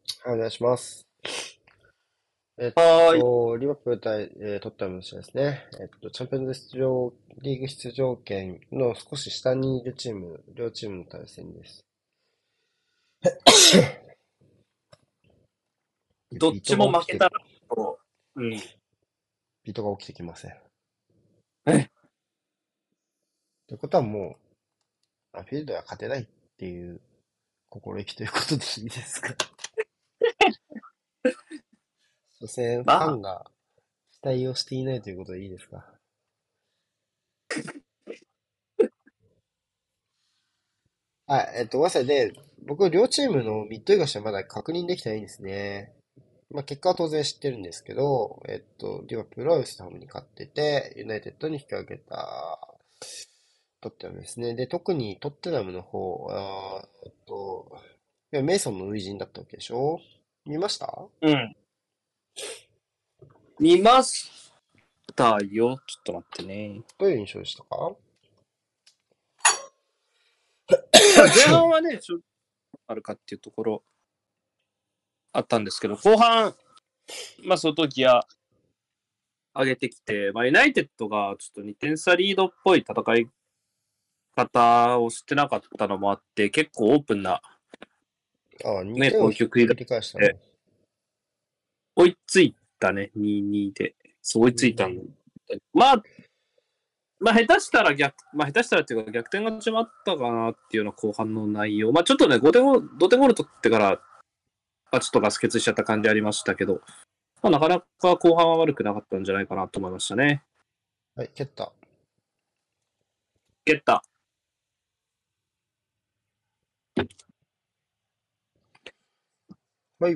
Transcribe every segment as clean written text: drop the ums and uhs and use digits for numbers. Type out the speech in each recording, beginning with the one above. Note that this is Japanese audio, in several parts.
はい、お願いします。 はーい。 リバプール対、トッテナムの試合ですね。チャンピオンズリーグ出場権の少し下にいるチーム、両チームの対戦です。ビトどっちもが起きて、 負けたら、うん。 ビトが起きてきません。 え、 ということはもう、フィールドは勝てないっていう心意気ということでいいですか？所詮、フまあ、 ァンが期待をしていないということでいいですか？はい、ごめんなさい。で、僕、両チームのミッド以外はまだ確認できてないんですね。まあ、結果は当然知ってるんですけど、リバプールはウェストハムに勝ってて、ユナイテッドに引き分けたトッテナムですね。で、特にトッテナムの方、いやメイソンの初陣だったわけでしょ？見ました？ うん。見ましたよ。ちょっと待ってね。 どういう印象でしたか？ まあ、前半はね、あるかっていうところあったんですけど、後半、まあ、その時は上げてきて、まあ、ユナイテッドがちょっと2点差リードっぽい戦い方をしてなかったのもあって、結構オープンな、 ああ、2 ね、 点を攻撃を繰り出しひっくり返したて、 の。 追いついたね、2-2で。そう、追いついたの。 うん。 まあ、下手したら下手したらっていうか逆転が始まったかなっていうような後半の内容。まあ、ちょっとね、同点ゴール取ってから、ちょっとガス欠しちゃった感じありましたけど、まあ、なかなか後半は悪くなかったんじゃないかなと思いましたね。 はい、蹴った。 ゲッタはい、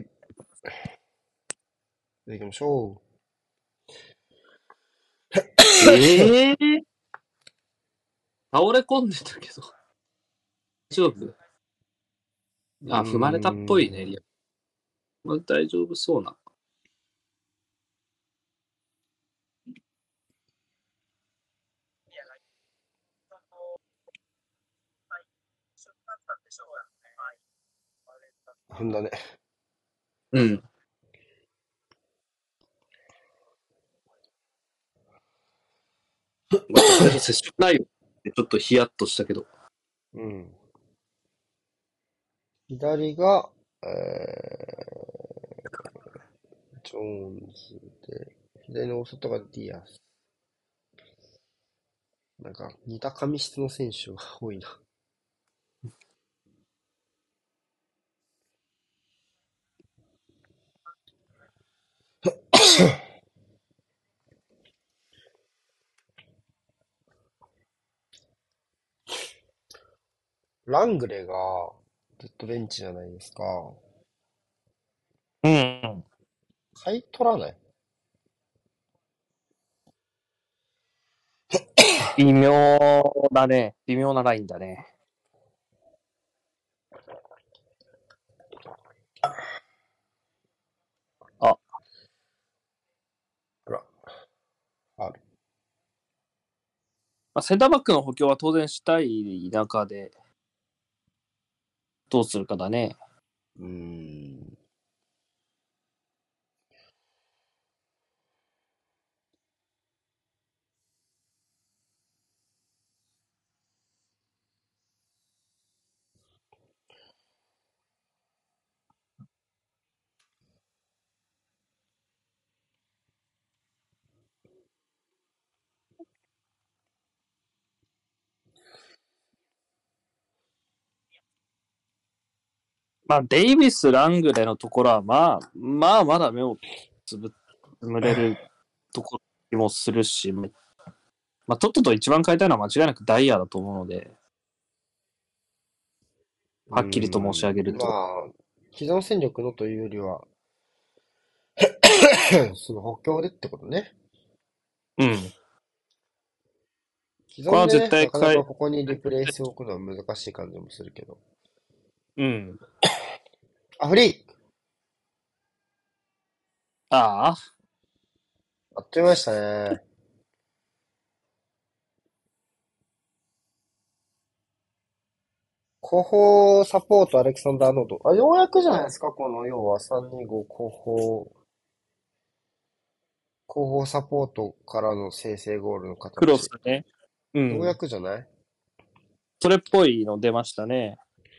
行きましょー。倒れ込んでたけど、大丈夫？ う。 踏まれたっぽいね。いや、まあ、大丈夫そうな。 踏んだね。 うん。まあ、最初接触ないよってちょっとヒヤッとしたけど。 うん。左が、ジョーンズで、左の大外がディアス。なんか、似た髪質の選手が多いな。ラングレーがずっとベンチじゃないですか。 うん。 買い取らない？ 微妙だね。微妙なラインだね。あ、 ほら、ある。 まあ、センターバックの補強は当然したい中で、どうするかだね。 うーん。 まあ、デイビス、ラングレーのところは、まだ目をつぶれるところもするし、まあ、とっとと一番変えたいのは間違いなくダイヤだと思うので、 うーはっきりと申し上げるん。まと。 あ、既存戦力のというよりは、その補強でってことね。 うん。 既これは絶存でね、なかな対かここにリプレイスを置くのは難しい感じもするけど。 うん。 あ、フリーああ、 あっという間でしたね。 後方サポート、アレクサンダー・アーノルド。あ、ようやくじゃないですか、この、要は325後方サポートからの先制ゴールのクロス形。 ね。うようやん。 くじゃない？ それっぽいの出ましたね。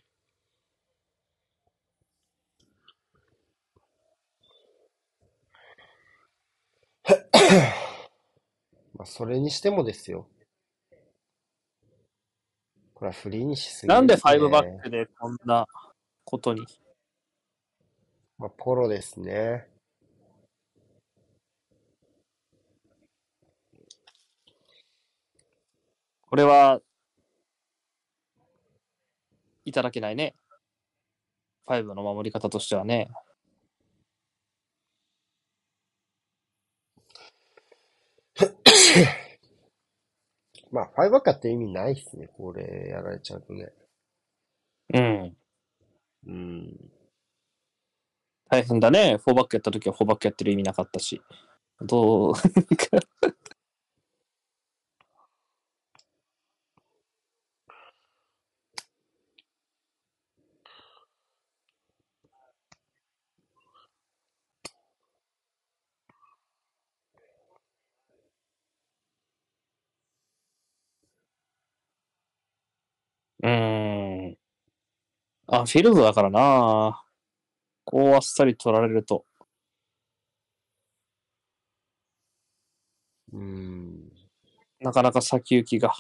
まあ、それにしてもですよ。これはフリーにしすぎなんでです 5バッね。 クでこんなことに。 まあ、ポロですね。 これはいただけないね。5の守り方としてはね。 まあ、ファイバッカーって意味ないっすね。これやられちゃうとね。 うん。 うん。 大変だね。4バックやった時は4バックやってる意味なかったし。どううーん。あ、フィールドだからな。こうあっさり取られると。 うん。 なかなか先行きが。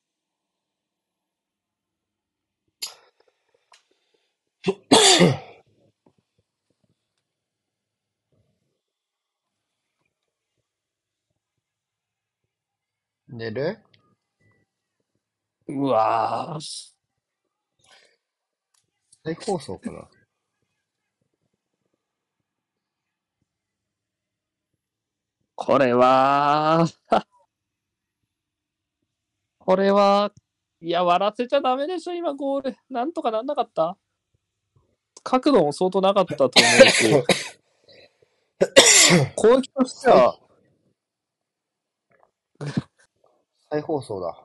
寝る？ うわぁ。 再放送かな？ これは、これは、いや、笑わせちゃダメでしょ、今ゴール。なんとかなんなかった？角度も相当なかったと思うし、攻撃として再、 は、 再放送だ。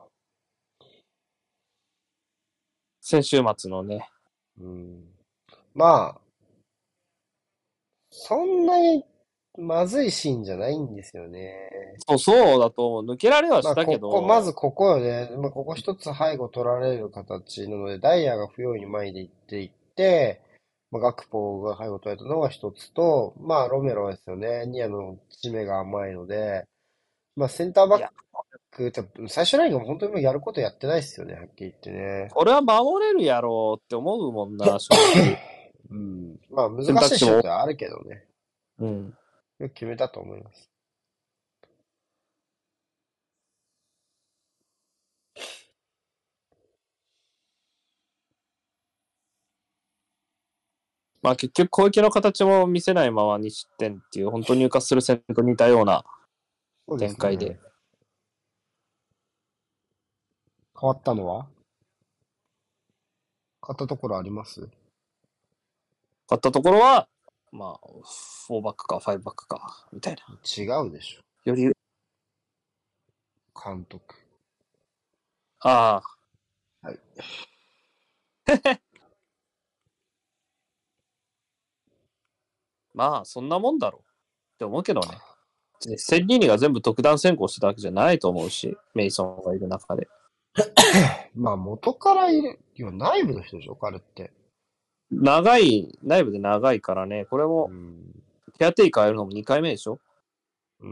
先週末のね、 うん。まあ、そんなにまずいシーンじゃないんですよね。 そうだと思う。抜けられはまあ、 したけまずど、 ここよね。まあ、ここ一つ背後取られる形なので、ダイヤが不用意に前で行っていって、まあ、ガクポが背後取られたのが一つと、まあ、ロメロですよね。ニアの締めが甘いので、まあ、センターバッいや、 ク、最初ラインが本当にもうやることやってないですよね、はっきり言ってね。 これは守れるやろうって思うもんな、正直。 うん。まあ、難選択肢も、 しいシュートはあるけどね。 うん。 よく決めたと思います。 まあ結局攻撃の形も見せないまま2失点っていう、本当に入荷する戦と似たようなそうですね。 展開で。 変わったのは？変わったところあります？ 勝ったところは、まあ、4バックか5バックか、みたいな。 違うでしょ。 より、 監督。 ああ、 はい。 まあ、そんなもんだろうって思うけどね。センリーニが全部特段先行してたわけじゃないと思うし、メイソンがいる中で。 まあ、元からいる、いや、内部の人でしょ、彼って。 内部で長いからね、これも、 うん。 ケアテイカーやるのも2回目でしょっうん。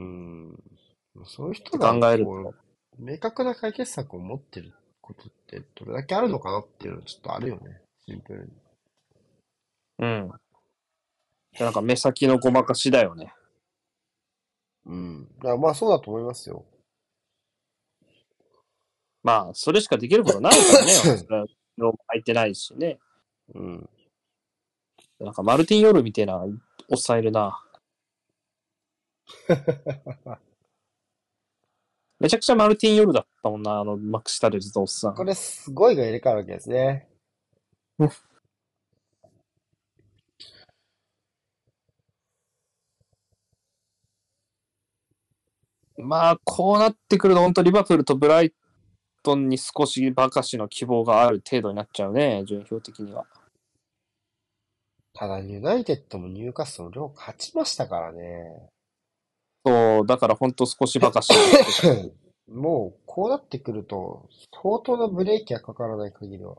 そういう人て考が、 えると。 明確な解決策を持ってることってどれだけあるのかなっていうのはちょっとあるよね。シンプルに。 うん。なんか目先のごまかしだよね。 うん。だからまあそうだと思いますよ。 まあ、それしかできることないからね。それは空いてないしね。 うん。 なんかマルティン・ヨルみたいな、抑えるな。めちゃくちゃマルティン・ヨルだったもんな、マクシタレルズとおっさん。 これすごいが入れ替わるわけですね。 まあ、こうなってくると、本当リバプールとブライトンに少しばかしの希望がある程度になっちゃうね、順位表的には。 ただ、ユナイテッドもニューカッスルの両勝ちましたからね。 そう、だからほんと少しばかしって感じ。 もう、こうなってくると、相当なブレーキがかからない限りは。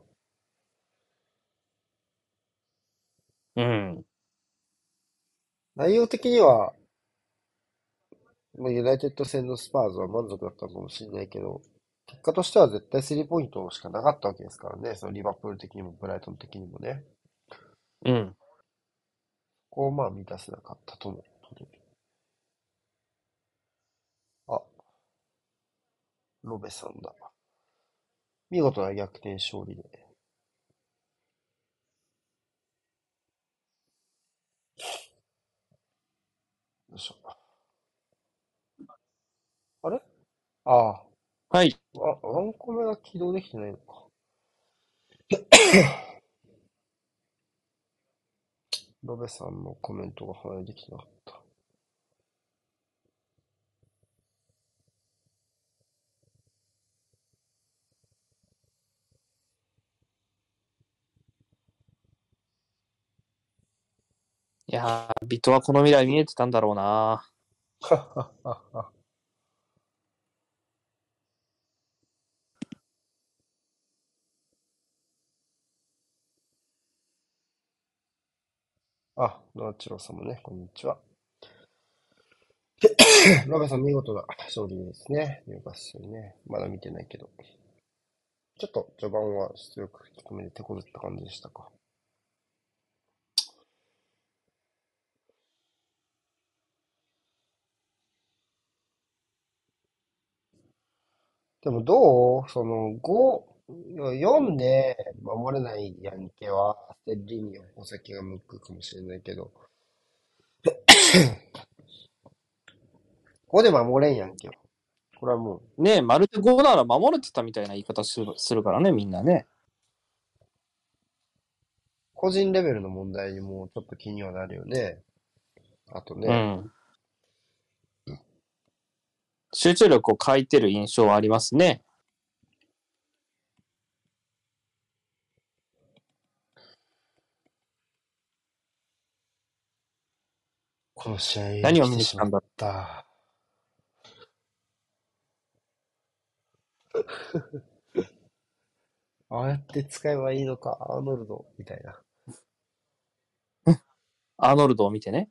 うん。 内容的には、まあ、ユナイテッド戦のスパーズは満足だったのかもしれないけど、結果としては絶対スリーポイントしかなかったわけですからね。そのリバプール的にもブライトン的にもね。 うん。 ここをまあ満たせなかったと思う。あ、ロベさんだ。見事な逆転勝利で。よいしょ。あれああ、 はい。 ワンコメが起動できてないのか。ロベさんのコメントが反映できてなかった。 いやー、ビトはこの未来見えてたんだろうな。 はっはっはっは。あ、ノアチロさんもね、こんにちは。ロベさん見事な勝利ですね。ニューカッスルね。まだ見てないけど。ちょっと序盤は出力低めで手こずった感じでしたか。でもどうその4で守れないヤンケは、ステッリーニョ、お先が向くかもしれないけど、5で守れんやんけよ。これはもう、 ねえ、まるで5なら守れてたみたいな言い方するからね、みんなね。 個人レベルの問題にもちょっと気にはなるよね。あとね、 うん。集中力を欠いてる印象はありますね。 この試合何を見来てしまっに来たんだろた。ああやって使えばいいのか、アーノルド、みたいな。 う。アーノルドを見てね。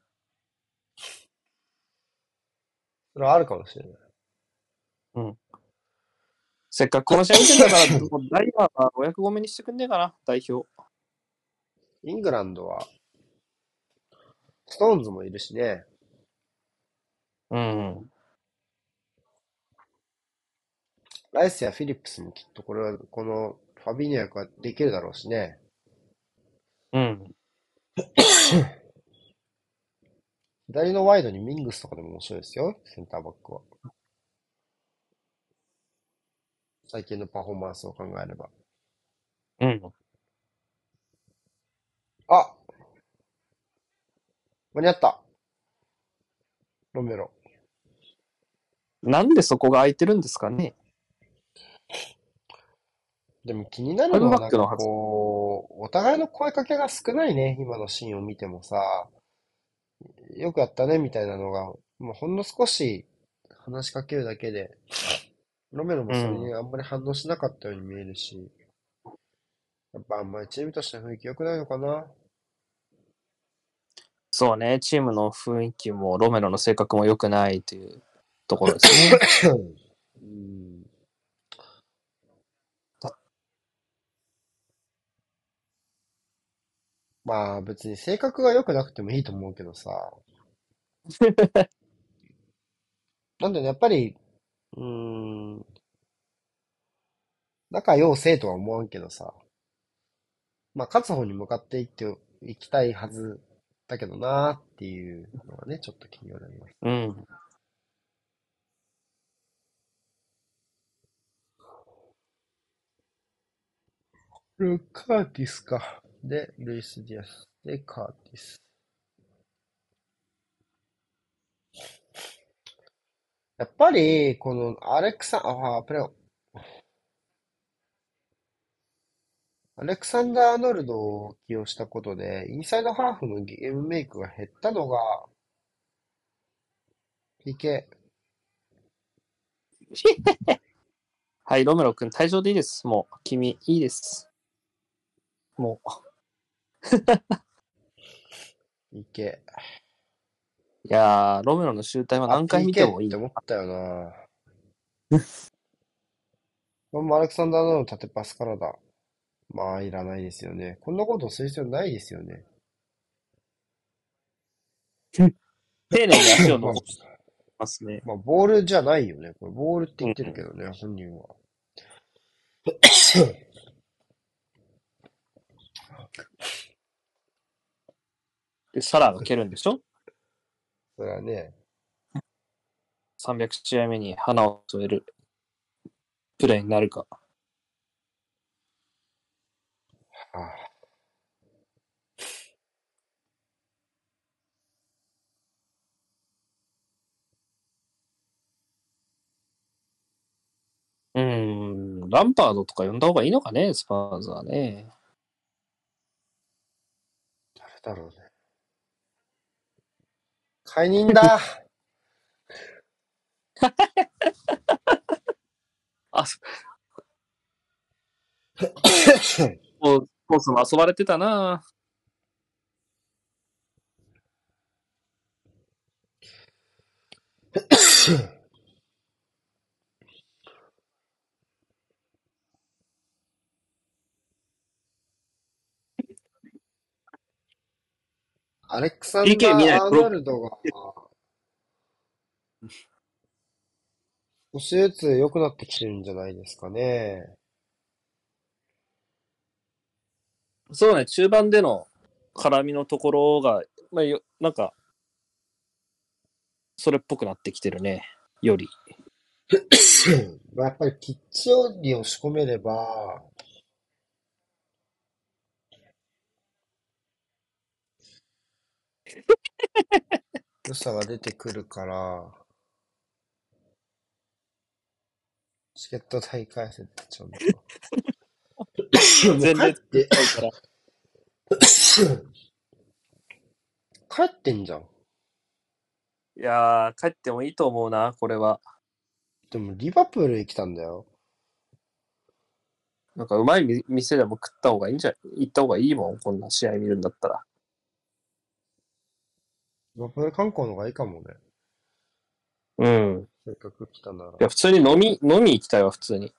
それはあるかもしれない。 うん。せっかくこの試合見てんだから、もうダイバーはお役御免にしてくんねえかな、代表。 イングランドは、ストーンズもいるしね。 うん。 ライスやフィリップスもきっとこれは、このファビーニョ役はできるだろうしね。 うん。 左のワイドにミングスとかでも面白いですよ。センターバックは。最近のパフォーマンスを考えれば。 うん。 あ、間に合った。ロメロ。 なんでそこが空いてるんですかね。 でも気になファイブバるのはなんかックのはず。 こう、お互いの声かけが少ないね。今のシーンを見てもさ、よくやったねみたいなのが、もうほんの少し話しかけるだけで、ロメロもそれにうん。 あんまり反応しなかったように見えるし、やっぱあんまりチームとしての雰囲気良くないのかな。 そうね、チームの雰囲気もロメロの性格も良くないというところですね。 うん。まあ別に性格が良くなくてもいいと思うけどさ。なんでね、やっぱり、うーん、仲良うせえとは思わんけどさ。まあ勝つ方に向かっていきたいはずだけどなーっていうのがね、ちょっと気にはなります。 うん。 カーティスか。で、ルイス・ディアス。で、カーティス。やっぱり、このアレクサ、あ、プレオ。 アレクサンダー・アーノルドを起用したことで、インサイドハーフのゲームメイクが減ったのが、PK。 はい、ロメロ君、退場でいいです。もう、君、いいです。も PK。 う。いやー、ロメロの集大はあ、 何回見て PK っもいい。 て思ったよな。これもアレクサンダー・アーノルド縦パスからだ。まあ、いらないですよね。こんなことする必要ないですよね。 丁寧に足をまあ、 残しますね。 まあ、ボールじゃないよね。これ、ボールって言ってるうん。 けどね、本人は。 で、サラーが蹴るんでしょ？ それはね、 300 試合目に花を添えるプレーになるか。 はあ、 ランパードとか呼んだ方がいいのかね、スパーズはね。 誰だろうね。解任だ。 あ、コースも遊ばれてたな。 アレクサンダ PK 見ないー・アーとノルドが少しずつ良くなってきてるんじゃないですかね。 そうね、中盤での絡みのところが、まあ、なんか、それっぽくなってきてるね。より。 まあやっぱりピッチをに押し込めれば、良さが出てくるから、チケット代返せってちゃうんだか。もう前列帰って、 ないから。 帰ってんじゃん。 いやー、帰ってもいいと思うな、これは。 でもリバプールに来たんだよ。 なんか、うまい店でも食った方がいいんじゃ、行った方がいいもん、こんな試合見るんだったら。 リバプール観光の方がいいかもね。 うん。 せっかく来たなら。 いや、普通に飲み行きたいわ、普通に。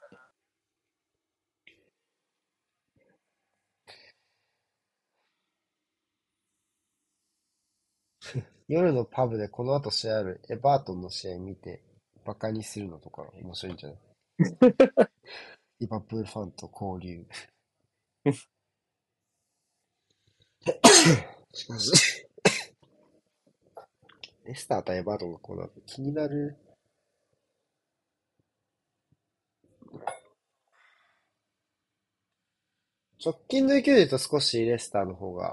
夜のパブでこの後試合あるエバートンの試合見て、バカにするのとか面白いんじゃない？リバプールファンと交流。しかし、レスター対エバートンがこの後気になる。直近の勢いで言うと少しレスターの方が、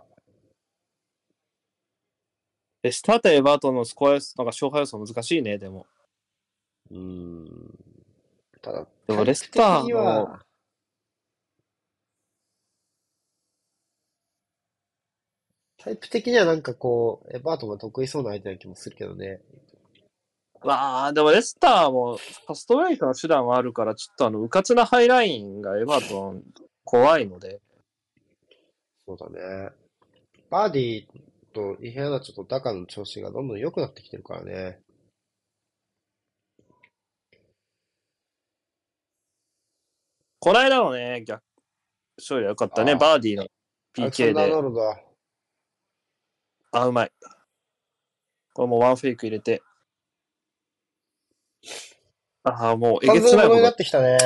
で、スター対エバートンのスコア予想、なんか勝敗予想難しいね、でも。 うーん、ただでも、 タイレスタプ的にーの、 は、タイプ的にはなんかこう、エバートンが得意そうな相手な気もするけどね。 わあ、でもレスターもファストブレイクの手段はあるから、ちょっとうかつなハイラインがエバートン怖いので。 そうだね。バーディーとイヘアナチョとダカの調子がどんどん良くなってきてるからね。 この間のね、逆勝利は良かったね。 あバーディーのあ、アレクサン PK ダー・ノで。 ールドだ。 あ、うまい。これもうワンフェイク入れて。あ、もうえげ完全物になつないほど。 ってきたね。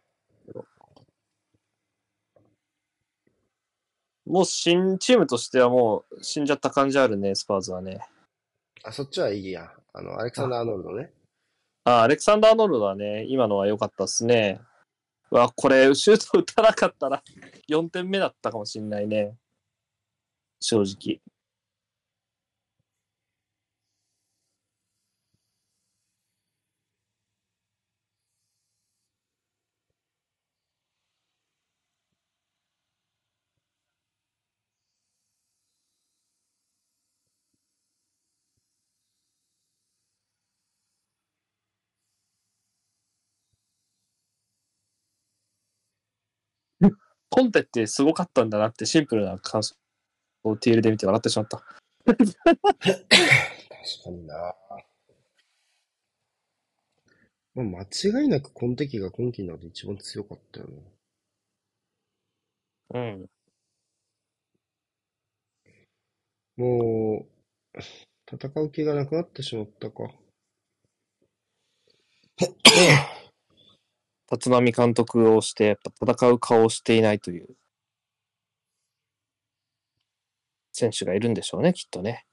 もう新チームとしてはもう死んじゃった感じあるね、スパーズはね。 あ、そっちはいいや。アレクサンダー・アーノルドね。 アレクサンダー・ノルドはね、今のは良かったっすね。これ、シュート打たなかったら4点目だったかもしんないね。正直。 コンテってすごかったんだなってシンプルな感想を TL で見て笑ってしまった。 確かにな。まあ、間違いなくコンテキが今季の中で一番強かったよな。 うん。 もう、戦う気がなくなってしまったか。 ねえ、立浪監督をして、やっぱ戦う顔をしていないという選手がいるんでしょうね、きっとね。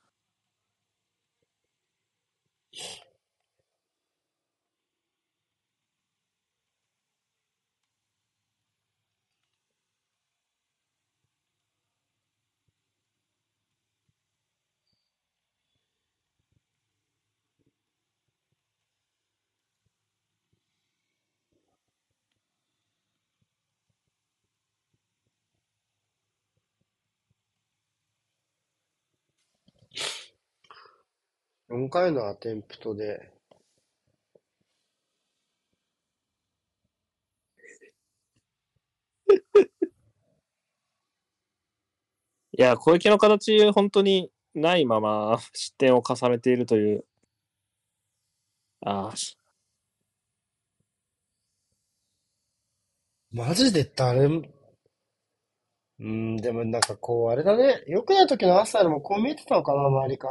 4回のアテンプトで、 いや、攻撃の形、本当にないまま失点を重ねているという。ああ、 マジで誰も、でもなんかこう、あれだね。良くない時のアーセナルもこう見えてたのかな、周りから。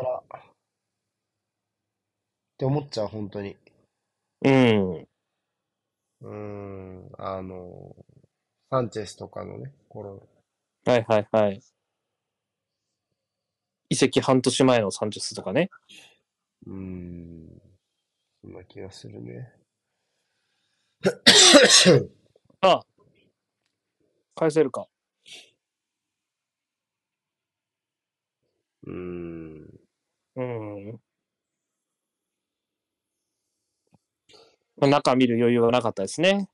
って思っちゃう、本当に。 うん。 サンチェスとかのね、頃。 はいはいはい。移籍半年前のサンチェスとかね。 うーん、そんな気がするね。 ああ、返せるか。 うーん、 うん。中見る余裕はなかったですね。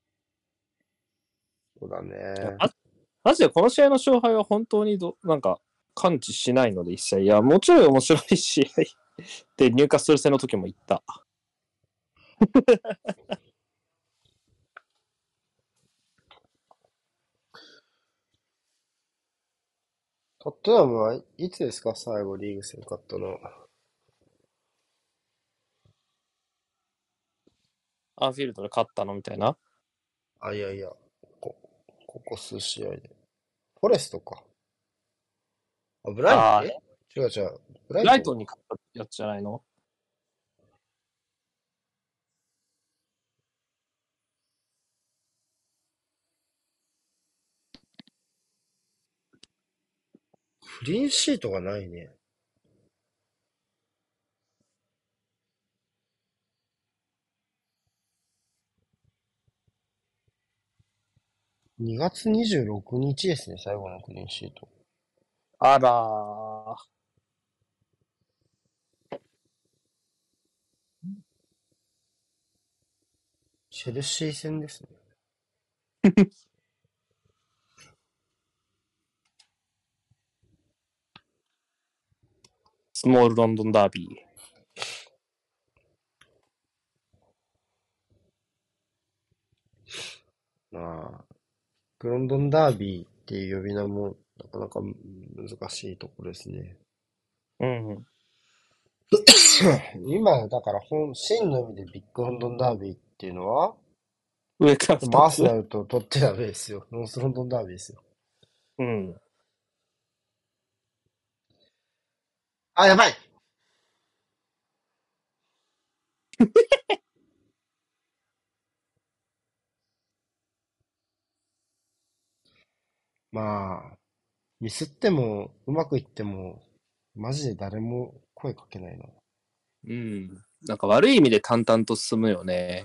そうだいやね。 マジでこの試合の勝敗は本当になんか感知しないので一切。いや、もちろん面白い試合で入荷する戦の時も言った。 トットナムはいつですか、最後リーグ戦勝ったの。 アンフィールドで勝ったのみたいな。 あ、いやいや、こ、ここ数試合で。フォレストか。あ、ブライト、 ああ、 違う違う。ブライライトンか。 トンに勝ったやつじゃないの？ クリーンシートがないね。2月26日ですね、最後のクリーンシート。 あらー。 チェルシー戦ですね。 スモールロンドンダービー。 まあ、ロンドンダービーっていう呼び名もなかなか難しいところですね。 うん。 今、だから真の意味でビッグロンドンダービーっていうのは、 上からでも 2つ。 アーセナルとトッテナムですよ。ノースロンドンダービーですよ。 うん。 あ、やばい。まあ、ミスっても、うまくいっても、マジで誰も声かけないな。 うん。なんか悪い意味で淡々と進むよね。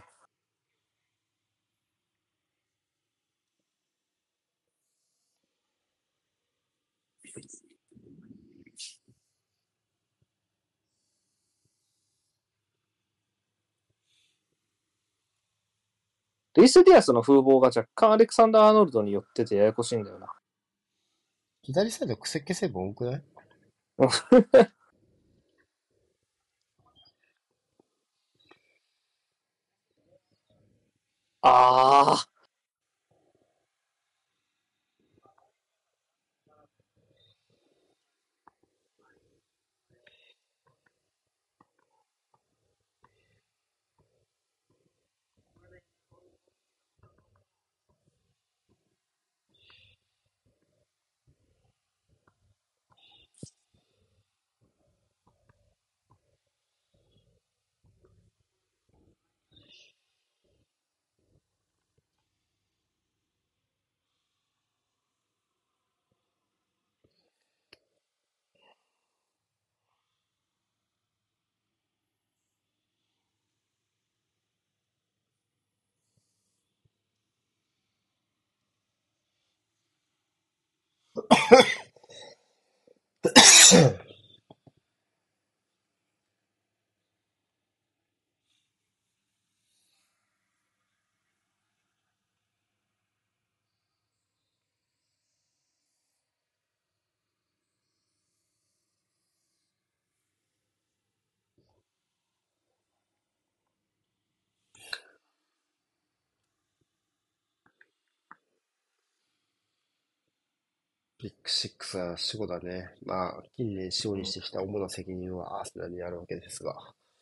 ルイス・ディアスの風貌が若干アレクサンダー・アーノルドに寄っててややこしいんだよな。 左サイド癖っ気成分多くない？ ああ、 ビッグシックスは死後だね。まあ、近年死後にしてきた主な責任はアーセナルにあるわけですが、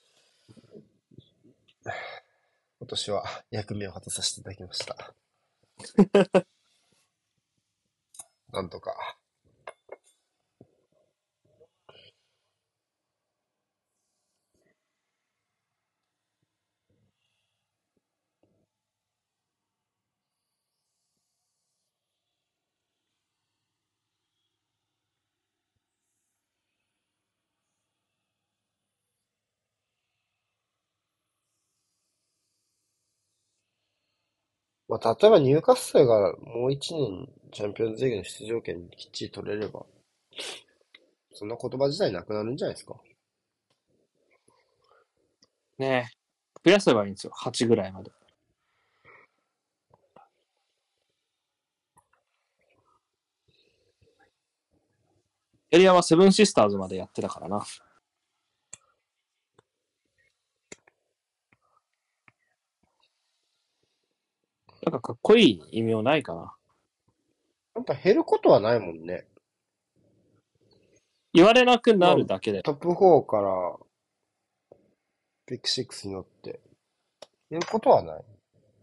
今年は役目を果たさせていただきました。なんとか。まあ、例えばニューカッスルがもう一年チャンピオンズリーグの出場権きっちり取れれば、そんな言葉自体なくなるんじゃないですか。 ねえ。増やせばいいんですよ。8ぐらいまで。エリアはセブンシスターズまでやってたからな。なんかかっこいい異名ないかな。 なんか減ることはないもんね。 言われなくまあ、 なるだけで。 トップ4からビッグシックスに乗って、減ることはない。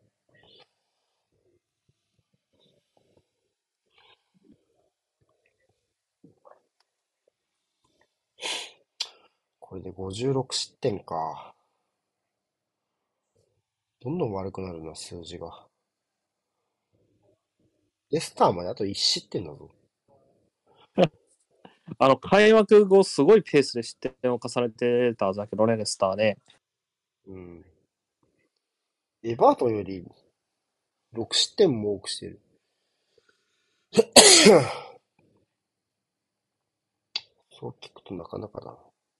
これで56失点か。どんどん悪くなるな、数字が。レスターまであと1失点だぞ。 開幕後すごいペースで失点を重ねてただけどね、レスターで。 うん。エバートンより6失点も多くしてる。そう聞くとなかなかだな。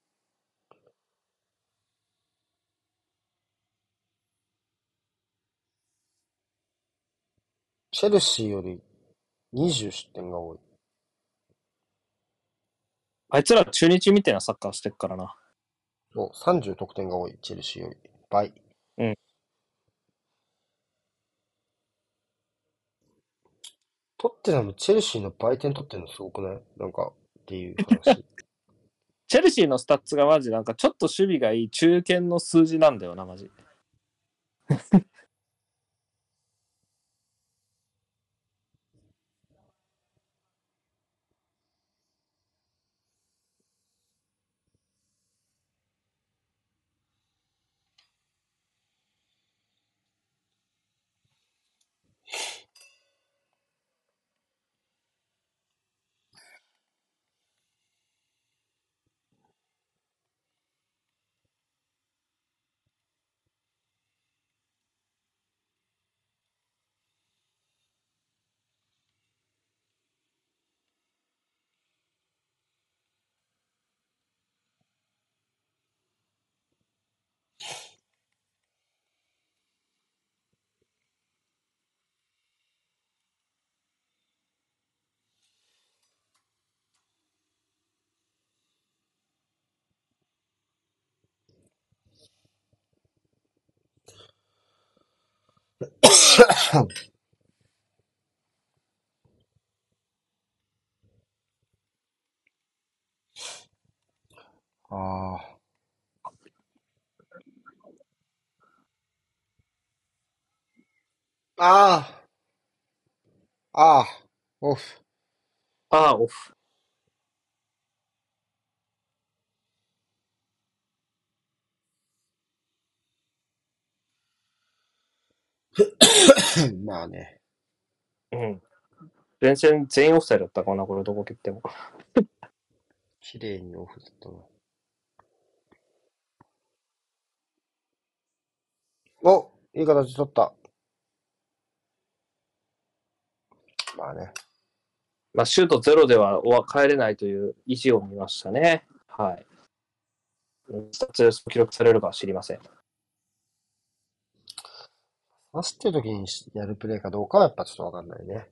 チェルシーより20失点が多い。 あいつら中日みたいなサッカーしてっからな。 そう、30得点が多い、チェルシーより。倍。 うん。 トッテナム、チェルシーの倍点取ってるのすごくないなんか、っていう話。 チェルシーのスタッツがマジなんかちょっと守備がいい中堅の数字なんだよな、マジ。 ああ。ああ。ああ。オフ。 ああ、オフ。 まあね。 うん。前線全員オフサイドだったかな、これどこ蹴っても。 綺麗にオフだったな。お、いい形取った。まあね。 まあ、シュートゼロでは帰れないという意地を見ましたね。はい。スタッツ記録されるかは知りません。 走ってる時にやるプレーかどうかはやっぱちょっとわかんないね。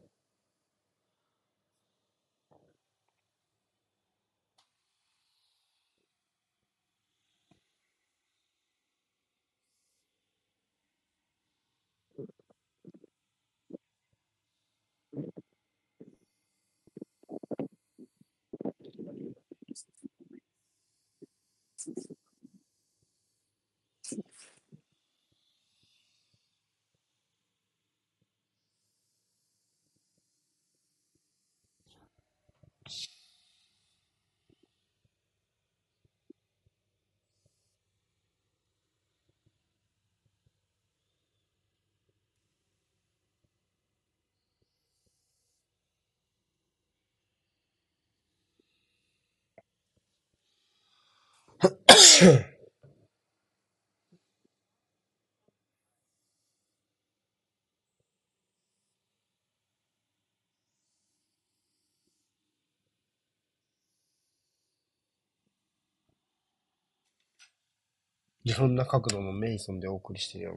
いろんな角度のメイソンでお送りしてるよ。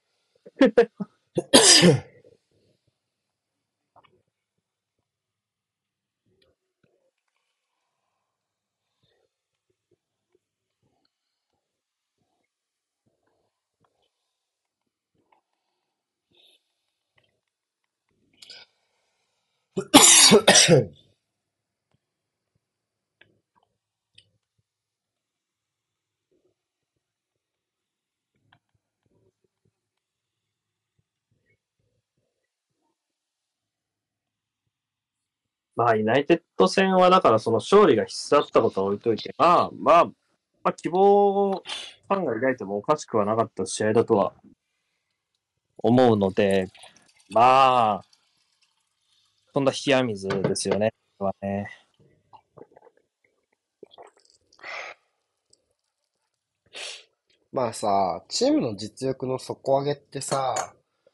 まあ、ユナイテッド戦は、だからその勝利が必須だったことは置いといて、まあ、希望をファンが抱いてもおかしくはなかった試合だとは思うので、まあ、そんな冷や水ですよね。はね。 まあさ、チームの実力の底上げってさ、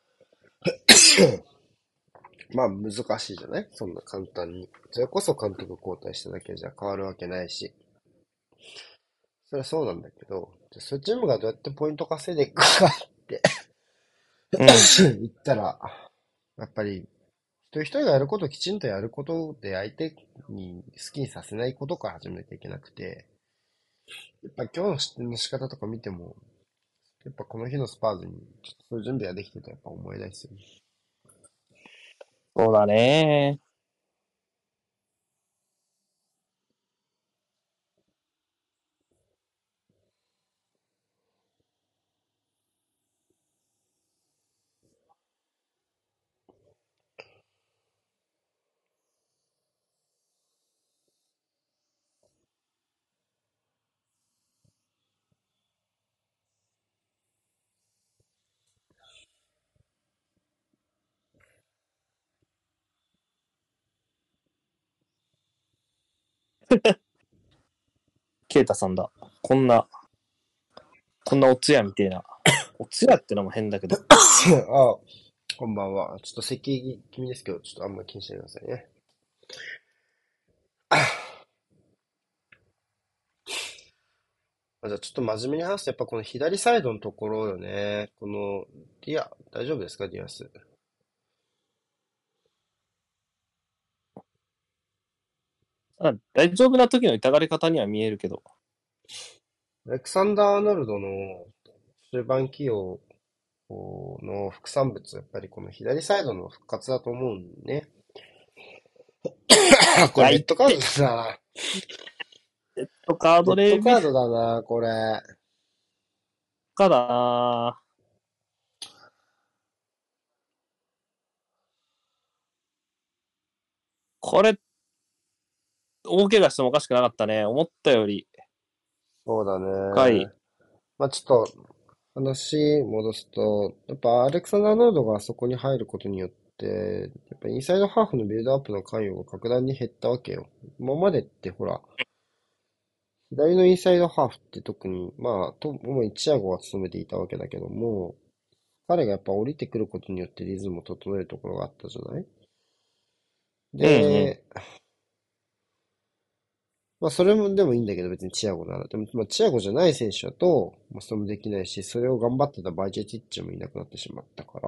まあ難しいじゃない？そんな簡単に。それこそ監督交代しただけじゃ変わるわけないし。それはそうなんだけど、じゃあそういうチームがどうやってポイント稼いでいくかってうん。 言ったら、やっぱり一人一人がやることをきちんとやることで相手に好きにさせないことから始めなきゃいけなくて、やっぱ今日の失点の仕方とか見ても、やっぱこの日のスパーズにちょっとそういう準備ができてたらやっぱ思い出すよね。 そうだね。ケイタさんだ。こんなおつやみたいな。おつやってのも変だけど。 あ、こんばんは。ちょっと咳気味ですけど、ちょっとあんまり気にしないでくださいね。じゃあちょっと真面目に話すと、やっぱこの左サイドのところよね。この、大丈夫ですか、ディアス。 大丈夫な時の痛がり方には見えるけど。 アレクサンダー・アーノルドの終盤起用の副産物、やっぱりこの左サイドの復活だと思うんね。これレッドカードだな。 カードレビレッドカードだな、これ。 かだな。これ、大怪我してもおかしくなかったね。思ったよりそうだ深い。 ね。まあちょっと話戻すと、やっぱアレクサンダー・アーノルドがそこに入ることによって、やっぱインサイドハーフのビルドアップの関与が格段に減ったわけよ。今までってほら、左のインサイドハーフって特に、主にチアゴが務めていたわけだけども、彼がやっぱ降りてくることによってリズムを整えるところがあったじゃない？ うんうん。 で、まあそれもでもいいんだけど別にチアゴなら。でも、まあチアゴじゃない選手だと、まあそれもできないし、それを頑張ってたバイジェティッチもいなくなってしまったから、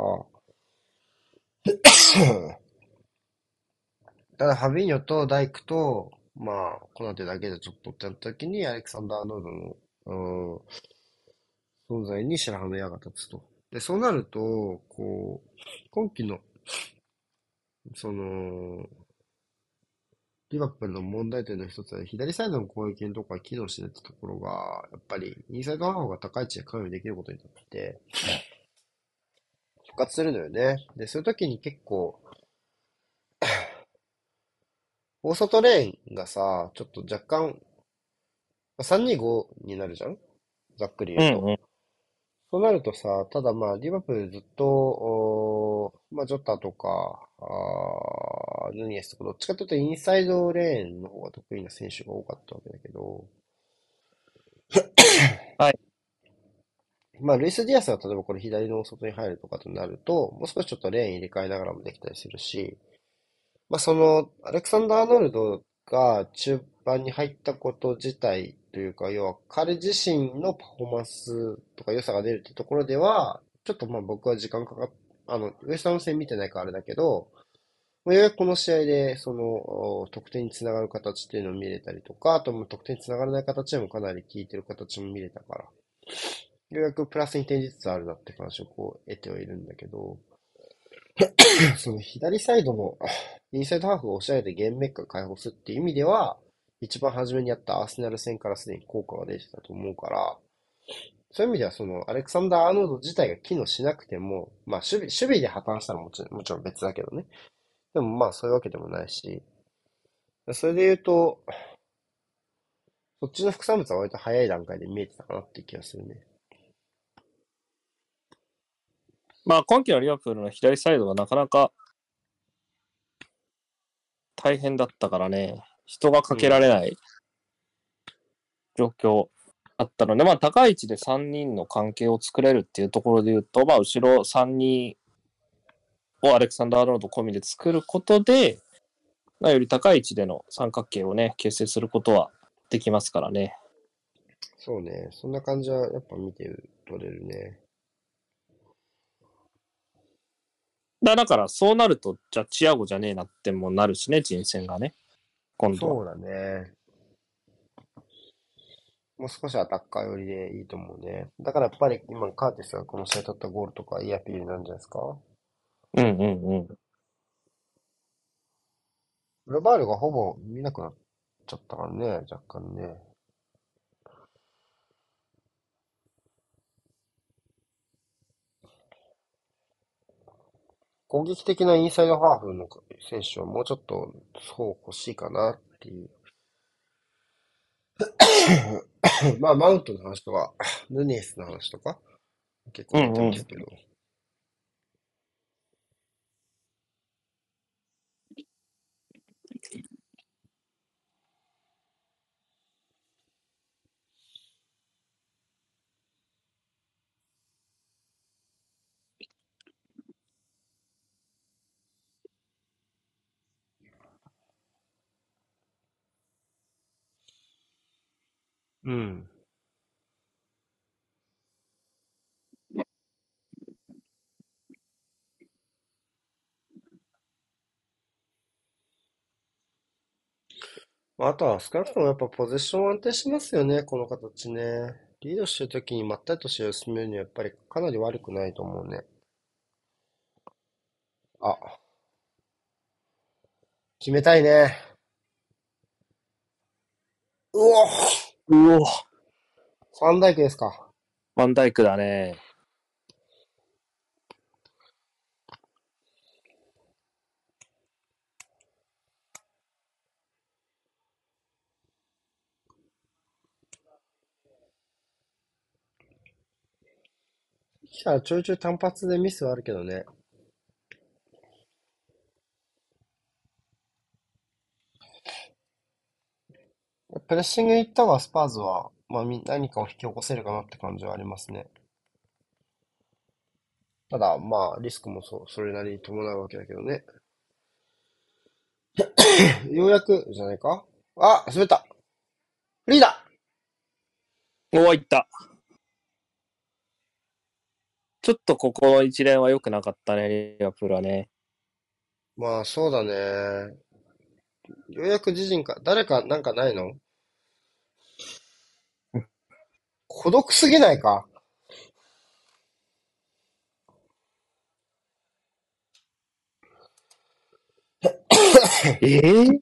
ただ、ファビーニョとダイクと、まあ、コナテだけでちょっとってなった時に、アレクサンダー・アーノールドの、存在に白羽の矢が立つと。で、そうなると、こう、今季の、その、リバプールの問題点の一つは、左サイドの攻撃のところが機能しないってところが、やっぱり、インサイドハーフが高い位置で関与できることになって、復活するのよね。で、そういう時に結構、大外レーンがさ、ちょっと若干、3-2-5になるじゃんざっくり言うと。 うんうん。 そうなるとさ、ただまあ、リバプールずっと、まあ、ジョタとか、ヌニエスとか、どっちかというとインサイドレーンの方が得意な選手が多かったわけだけど、 はい。 まあ、ルイス・ディアスは例えばこれ左の外に入るとかとなると、もう少しちょっとレーン入れ替えながらもできたりするし、まあ、その、アレクサンダー・アーノルドが中盤に入ったこと自体というか、要は彼自身のパフォーマンスとか良さが出るってところでは、ちょっとまあ僕は時間かかっ、ウエスタン戦見てないからあれだけど、まあようやくこの試合で、その、得点につながる形っていうのを見れたりとか、あともう得点につながらない形でもかなり効いてる形も見れたから、ようやくプラスに転じつつあるなって感触を得てはいるんだけど、その左サイドのインサイドハーフを押し上げてゲームメーカーを解放するっていう意味では、一番初めにやったアーセナル戦からすでに効果が出てたと思うから、そういう意味ではそのアレクサンダー・アーノルド自体が機能しなくても、まあ守備で破綻したらもちろん別だけどね。でもまあそういうわけでもないし、それで言うと、そっちの副産物は割と早い段階で見えてたかなっていう気がするね。 まあ今季のリバプールの左サイドはなかなか大変だったからね、人がかけらうん。 れない状況あったので、まあ高い位置で3人の関係を作れるっていうところで言うと、まあ後ろ3人をアレクサンダー・アーノルド込みで作ることで、まあ、より高い位置での三角形をね、形成することはできますからね。 そうね。そんな感じはやっぱ見て取れるね。 だからそうなると、じゃあチアゴじゃねえなってもなるしね、人選がね、今度は。 そうだね。もう少しアタッカー寄りでいいと思うね。だからやっぱり今カーティスがこの試合取ったゴールとかいいアピールなんじゃないですか。 うんうんうん。 ルバールがほぼ見なくなっちゃったからね、若干ね。攻撃的なインサイドハーフの選手はもうちょっとそう欲しいかなっていう。まあ、マウントの話とか、ヌニエスの話とか、結構出てうんうん。 ますけど。うん。まあ、あとは少なくともやっぱポゼッション安定しますよね、この形ね。リードしてるときにまったりと試合を進めるにはやっぱりかなり悪くないと思うね。あ、決めたいね。うおうお、 ファンダイクですか。 ファンダイクだね。 いや、ちょいちょい単発でミスはあるけどね。プレッシングに行った方がスパーズは、まあ、何かを引き起こせるかなって感じはありますね。ただ、まあ、リスクもそれなりに伴うわけだけどね。 ようやく、じゃないか。あ、滑った。フリーだ。 おー、いった。ちょっとここの一連は良くなかったね、リバプールはね。 まあ、そうだね。ようやく自陣か。誰かなんかないの？孤独すぎないか？ ええ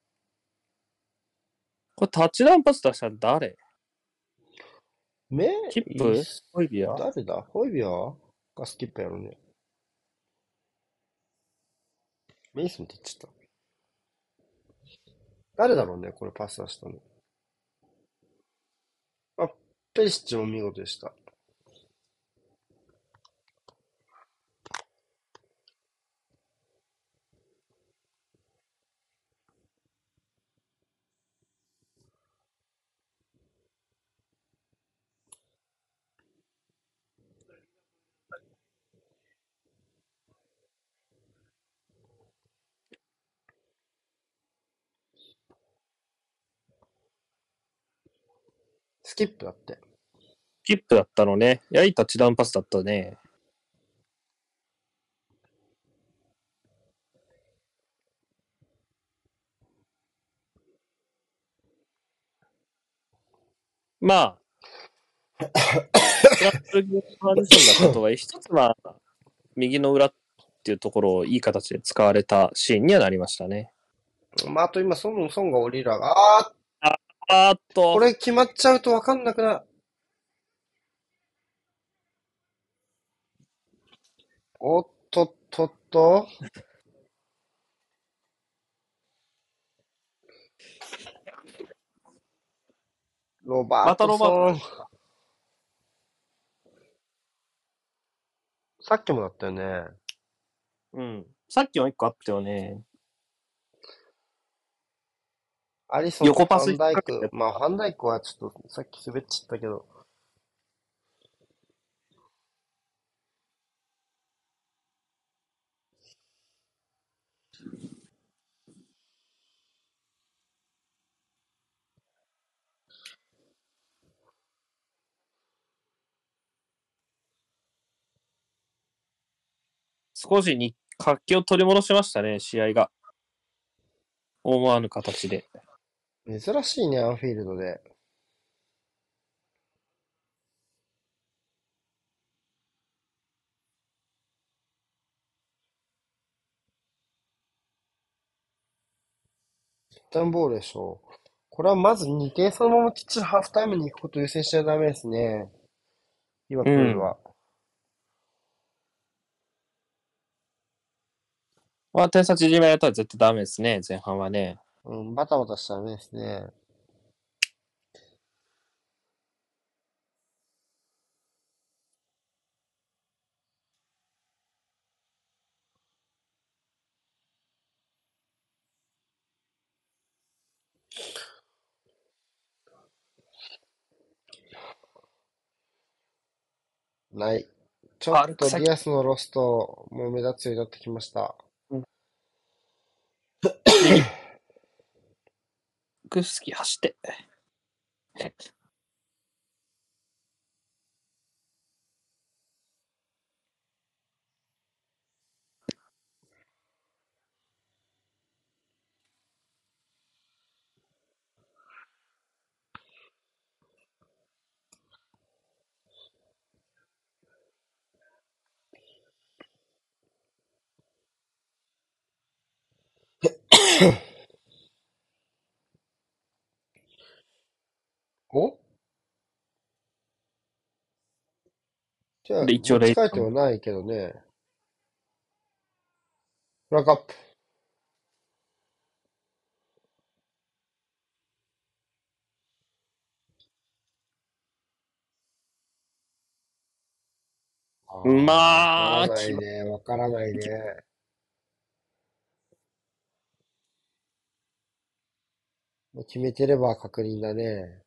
これタッチダウンパス出したら誰？ め、 キップ？ いす、 ホイビア？ 誰だ？ホイビアがスキップやろね。メイソンって言っちゃった。誰だろうね、これパス出したの。あ、ペリシッチも見事でした。スキップだって。 キップだったのね。いいタッチダウンパスだったね。まあ、フランスのコンディションだったとはいえ、一つは右の裏っていうところをいい形で使われたシーンにはなりましたね。 まあ、あと今、ソンが降りるが、 ああーっと、 これ決まっちゃうとわかんなくな。おっとっとっと、ロバートまたロバート。 ソン。さっきもだったよね。 うん。さっきも一個あったよね。 アリソンとファ横パス引っンダイク。 掛けて。 まあ、ファンダイクはちょっとさっき滑っちゃったけど。 少しに活気を取り戻しましたね、試合が。思わぬ形で。 珍しいね、アンフィールドで。一旦ボールでしょう。これはまず2点そのままきっちりハーフタイムに行くことを優先しちゃダメですね。リバうん。 プールは。 まあ、点差縮められたら絶対ダメですね、前半はね。 うん、バタバタしちゃダメですね。ない。ちょっ歩く先。 とディアスのロストも目立つようになってきました。 うん、右、グスキ走って。 おじゃあ、 で、一持応レイさん。 ち替えてはないけどね。フラッグアップ。ああ、わからまあ、 ないね。わからないね。決めてれば確認だね。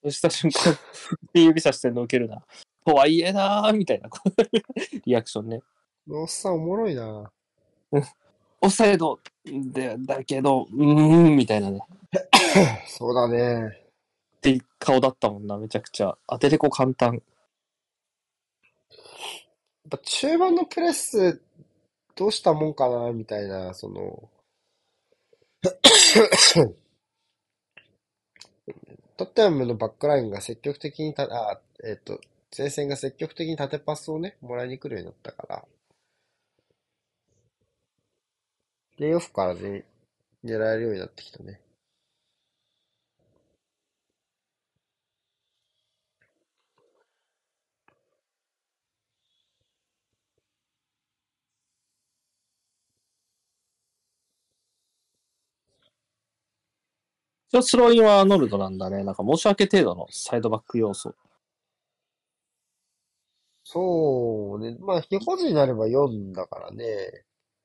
そうした瞬間、指さしてんの受けるな。とはいえなーみたいなリアクションね。 おっさんおもろいな。 オフサイドだけど、みたいなね。 そうだね。 って顔だったもんな、めちゃくちゃ。当ててこ簡単。 やっぱ中盤のプレス、どうしたもんかな、みたいな、トッテナムのバックラインが積極的に前線が積極的に縦パスをね、もらいに来るようになったから、レイオフからね、狙えるようになってきたね。 一応スローインはアーノルドなんだね。なんか申し訳程度のサイドバック要素。 そうね。まあ、非保持になれば4だからね。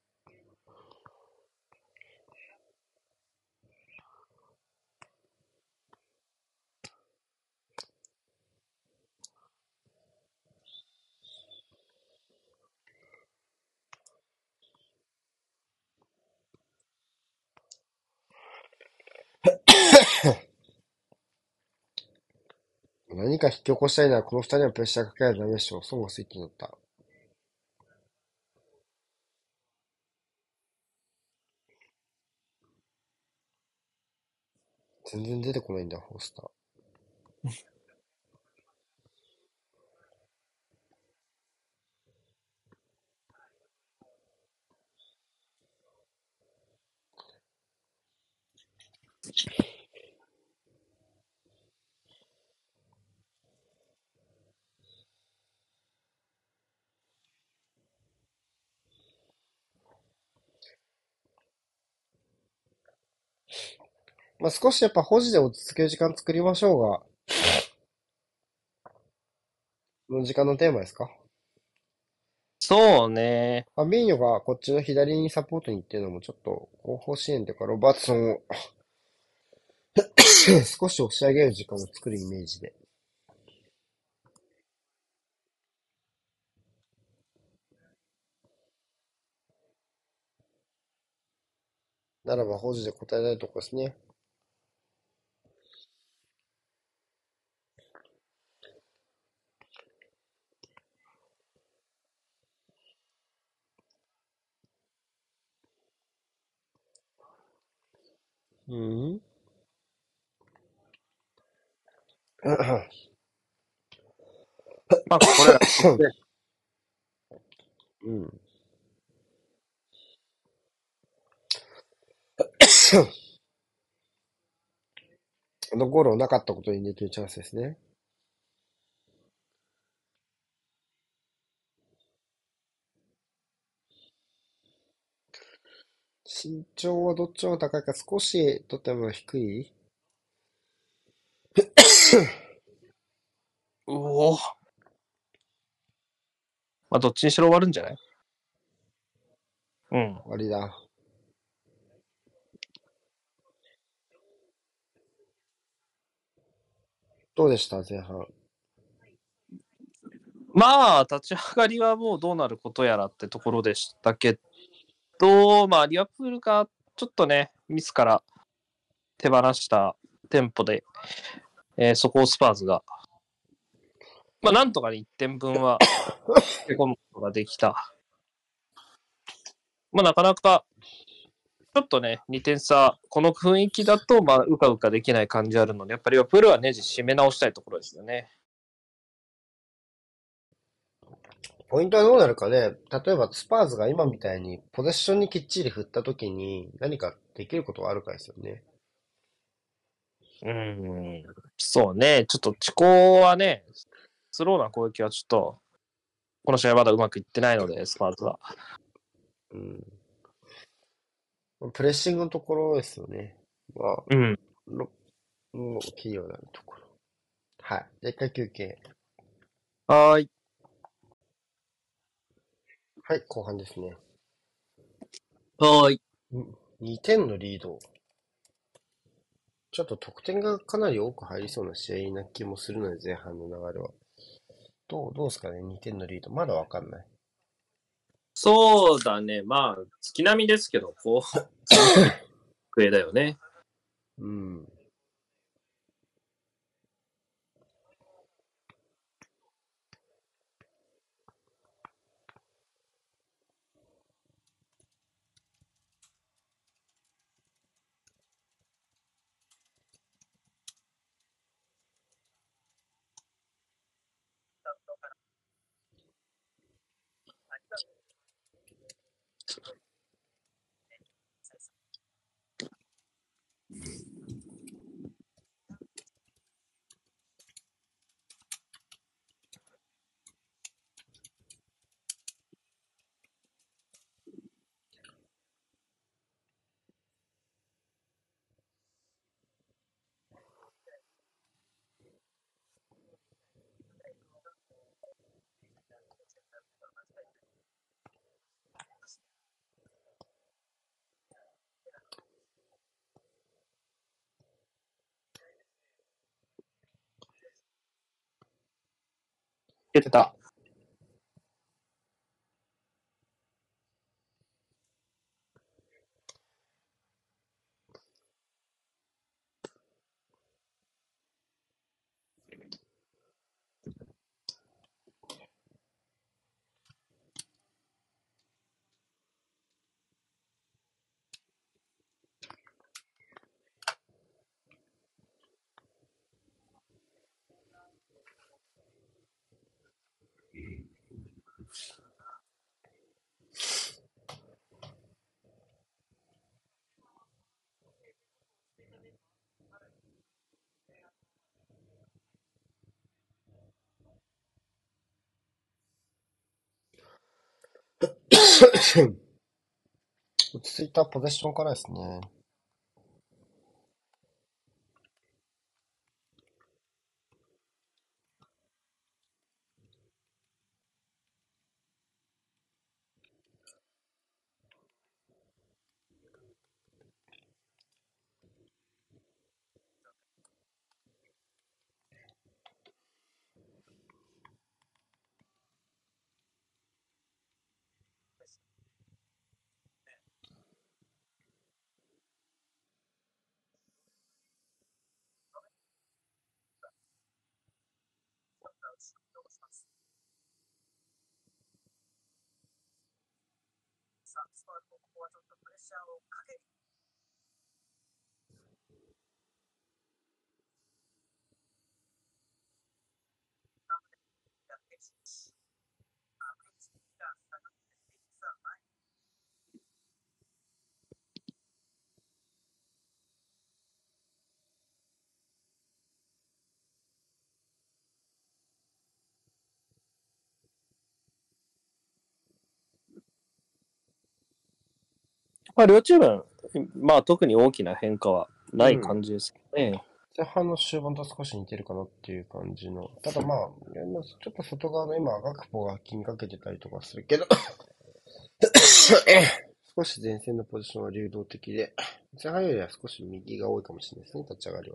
何か引き起こしたいならこの二人はプレッシャーかけないとダメでしょ。ソンがスイッチになった。全然出てこないんだ、ホースター。まあ、少しやっぱ保持で落ち着ける時間作りましょうが、この時間のテーマですか？ そうね。 ファビーニョがこっちの左にサポートに行ってるのもちょっと後方支援というか、ロバートソンを少し押し上げる時間を作るイメージで。ならば保持で答えたいところですね。うん。 まあ、これらで、 うん。あのゴールをなかったことにできるチャンスですね。身長はどっちの方が高いか少しとても低い。 うおーまあ、どっちにしろ終わるんじゃない？うん。 終わりだ。どうでした前半？ まあ、立ち上がりはもうどうなることやらってところでしたけど、まあ、リバプールがちょっとね、ミスから手放したテンポで、そこをスパーズが、まあ、なんとか1点分は手込むことができた。まあ、なかなか、ちょっとね、2点差、この雰囲気だと、まあ、うかうかできない感じあるので、やっぱりリバプールはネジ締め直したいところですよね。 ポイントはどうなるかね。例えばスパーズが今みたいにポゼッションにきっちり振った時に何かできることはあるかですよね。 そうね、ちょっと遅行はね、スローな攻撃はちょっと、この試合まだうまくいってないので、スパーズは。 うん。プレッシングのところですよね。まあ、 うん。 もう器用なところ。はい。じゃあ一回休憩。 はーい。 はい、後半ですね。 はーい。 2点のリード。 ちょっと得点がかなり多く入りそうな試合な気もするので、前半の流れは。どうですかね、2点のリード。まだわかんない。 そうだね。まあ、月並みですけど、こう、クエだよね。 うん。 蹴った。 落ち着いたポゼッションからですね。 まあ、両チーム、まあ、特に大きな変化はないうん。 感じですね。 前半の終盤と少し似てるかなっていう感じの。ただまあ、ちょっと外側の今、ガクポが気にかけてたりとかするけど、少し前線のポジションは流動的で、前半よりは少し右が多いかもしれないですね、立ち上がりは。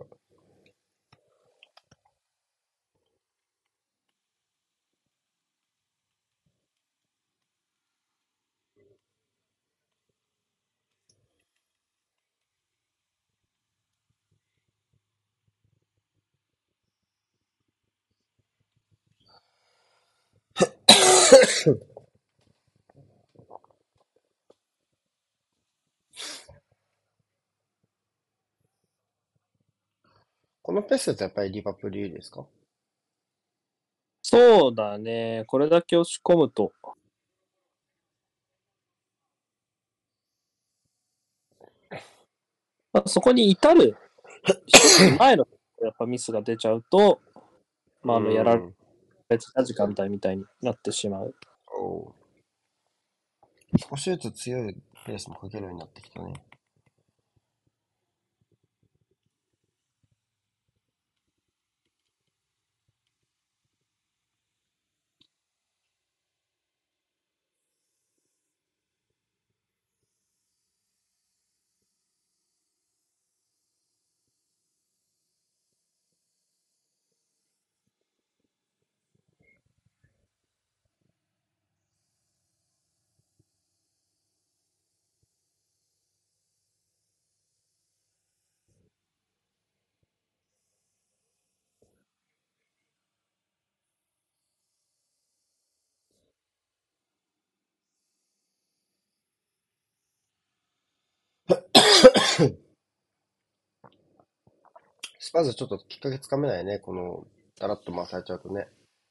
このペースだとやっぱりリバプール有利ですか？ そうだね。これだけ押し込むと。まあ、そこに至る一つ前のやっぱミスが出ちゃうと、 うまあ、やらーん。 れてた時間帯みたいになってしまう。 おう、少しずつ強いペースもかけるようになってきたね。 スパーズちょっときっかけつかめないね。この、だらっと回されちゃうとね。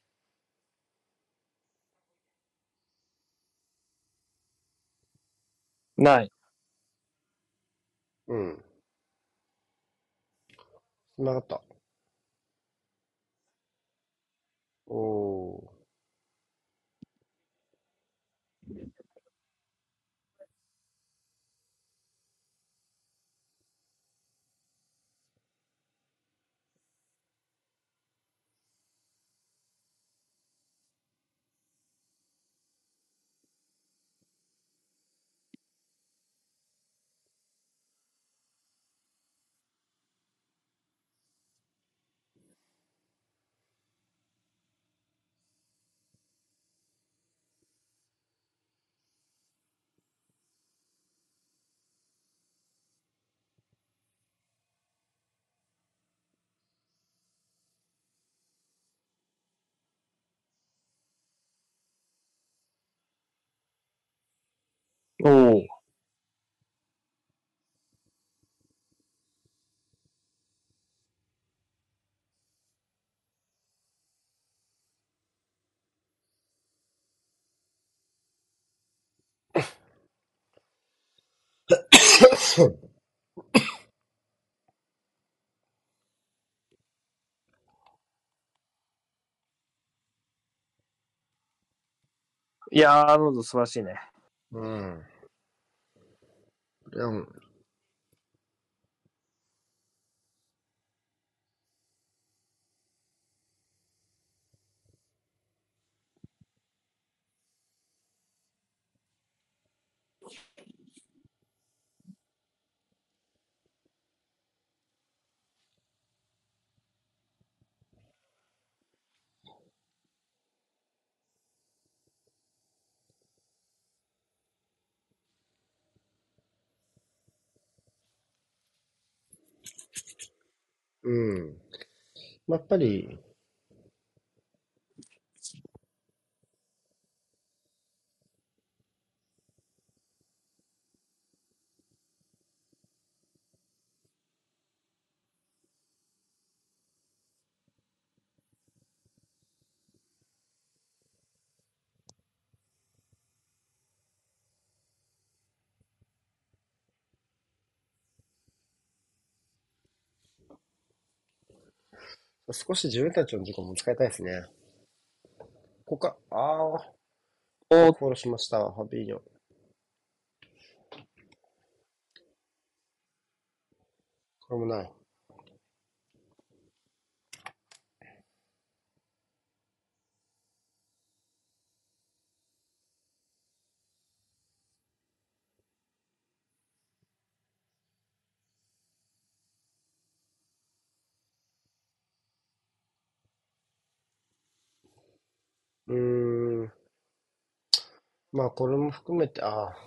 ない。 うん。繋がった。おー。 おお。いやー、アーノルド素晴らしいね。 うん。でも、うん。まあ、やっぱり、少し自分たちの時間も使いたいですね。ここか、よおー、 くフォローしました、ハビーニョ。これもない。うーん。まあ、これも含めて、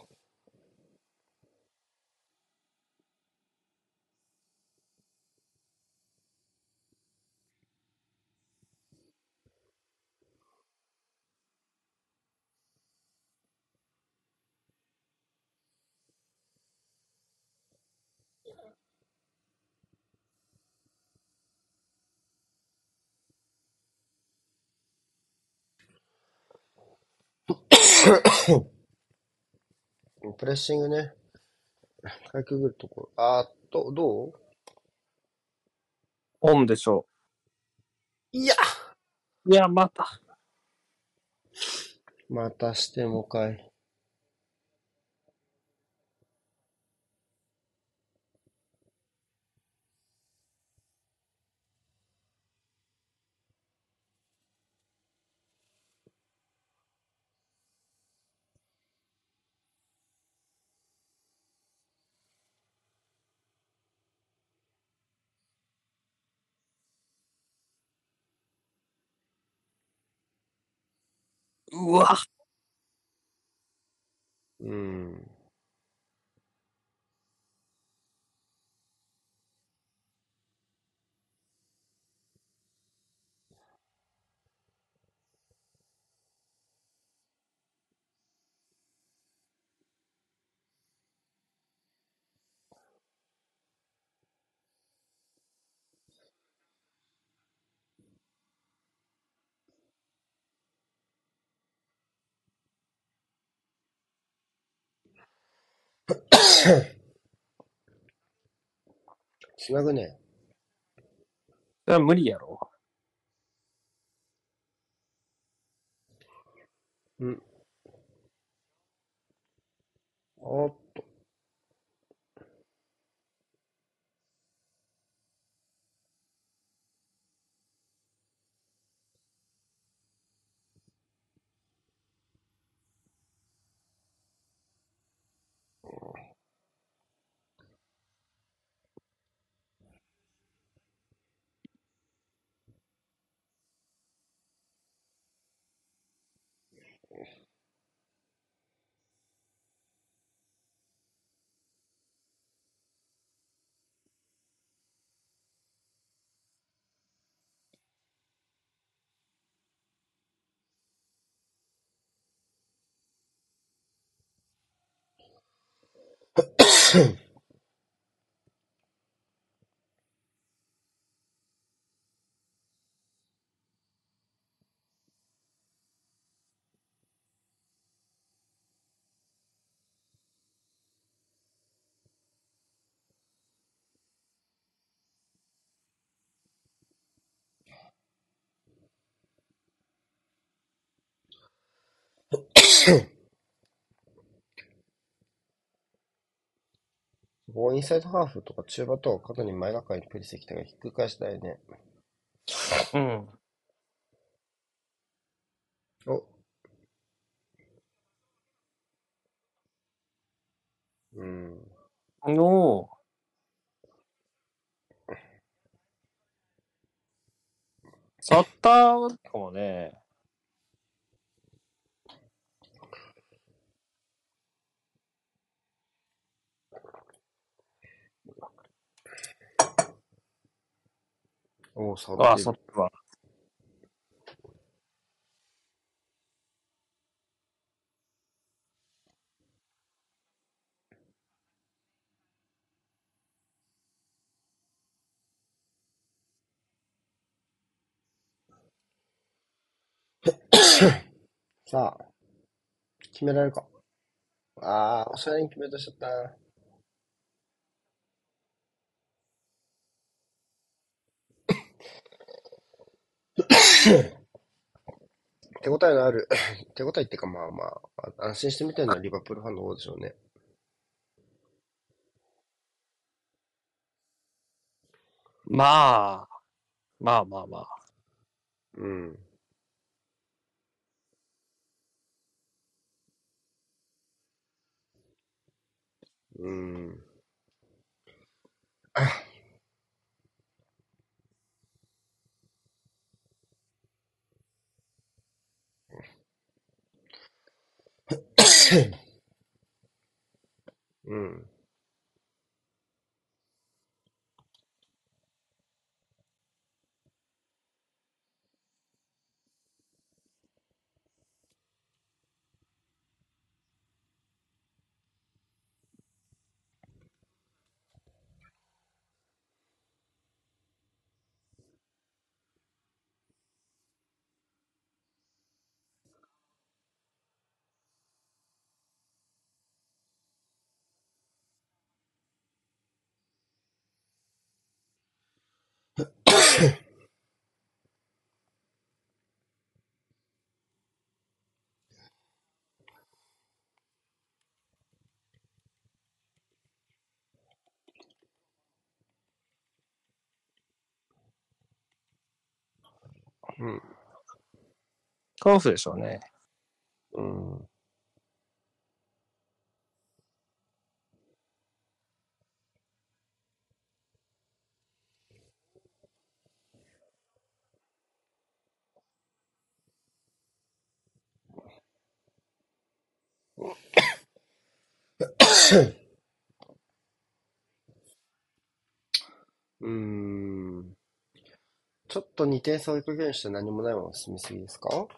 プレッシングね。かいくぐるところ。どうオンでしょいやう。いや、また。 またしてもかい。 うわ。 うん。 つなぐね。 それは無理やろ。 うん。おっと。インサイドハーフとか中盤と角に前中にプリセキタがひっくり返したいね。 うん。 お、うん。 の、触ったかもね。 お、触っああ、 ている。 そっか。 さあ、決められるか。ああ、おしゃれに決めようとしちゃった。手応えのある手応えっていうかまあまあ、安心して見てるのはリバプールファンの方でしょうね。 まあ、まあまあまあ。 うん。うん。うん。うん。 カオスでしょうね。 うん。うーん。ちょっと2点差追いかけるにして何もないまま進みすぎですか？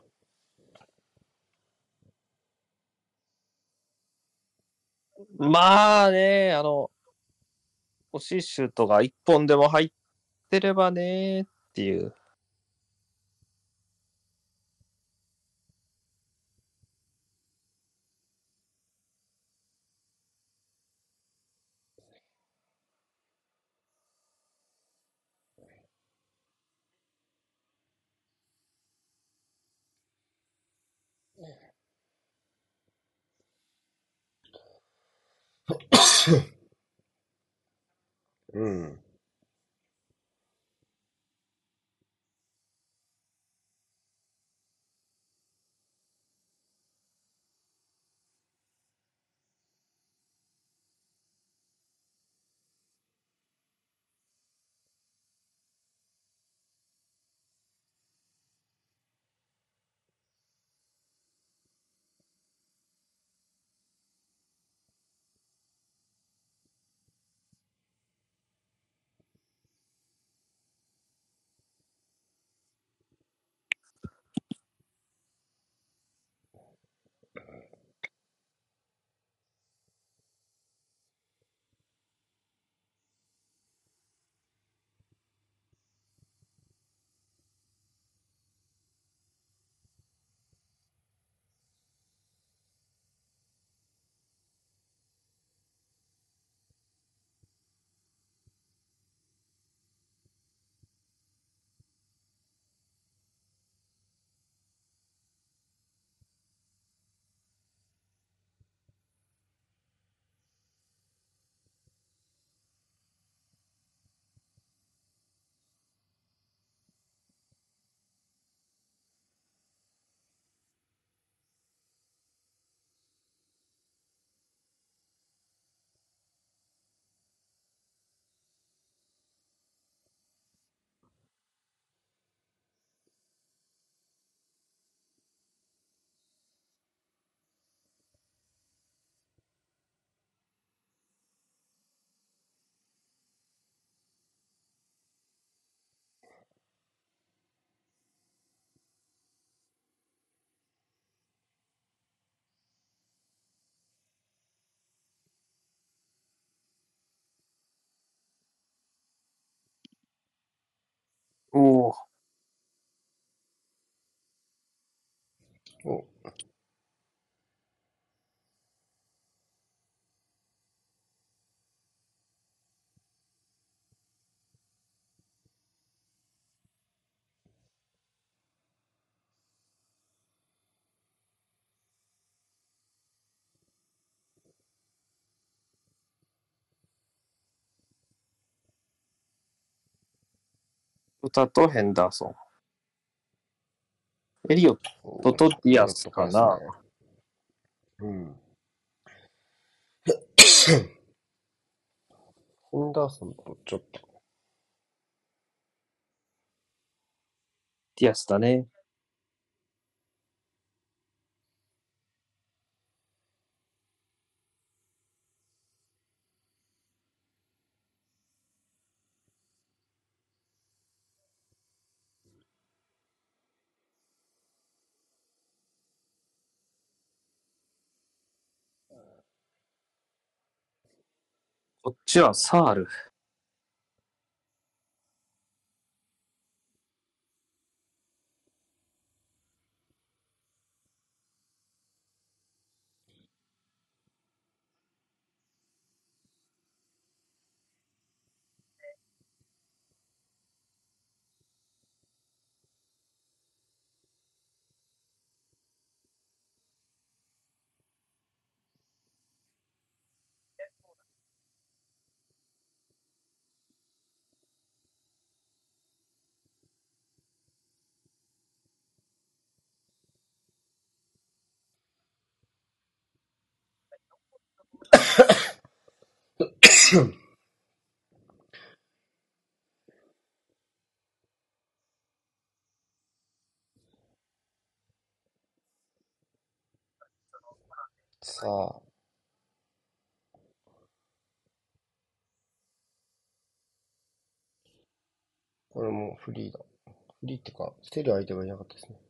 まあね、惜しいシュートが一本でも入ってればねっていう。 うん。 おお、 お、 歌とヘンダーソン。エリオットとディアスエリオットかですね。 かな。 うん。ヘンダーソンとちょっと。 ディアスだね。こっちはサール。 さあ、これもフリーだ。フリーってか、捨てる相手がいなかったですね。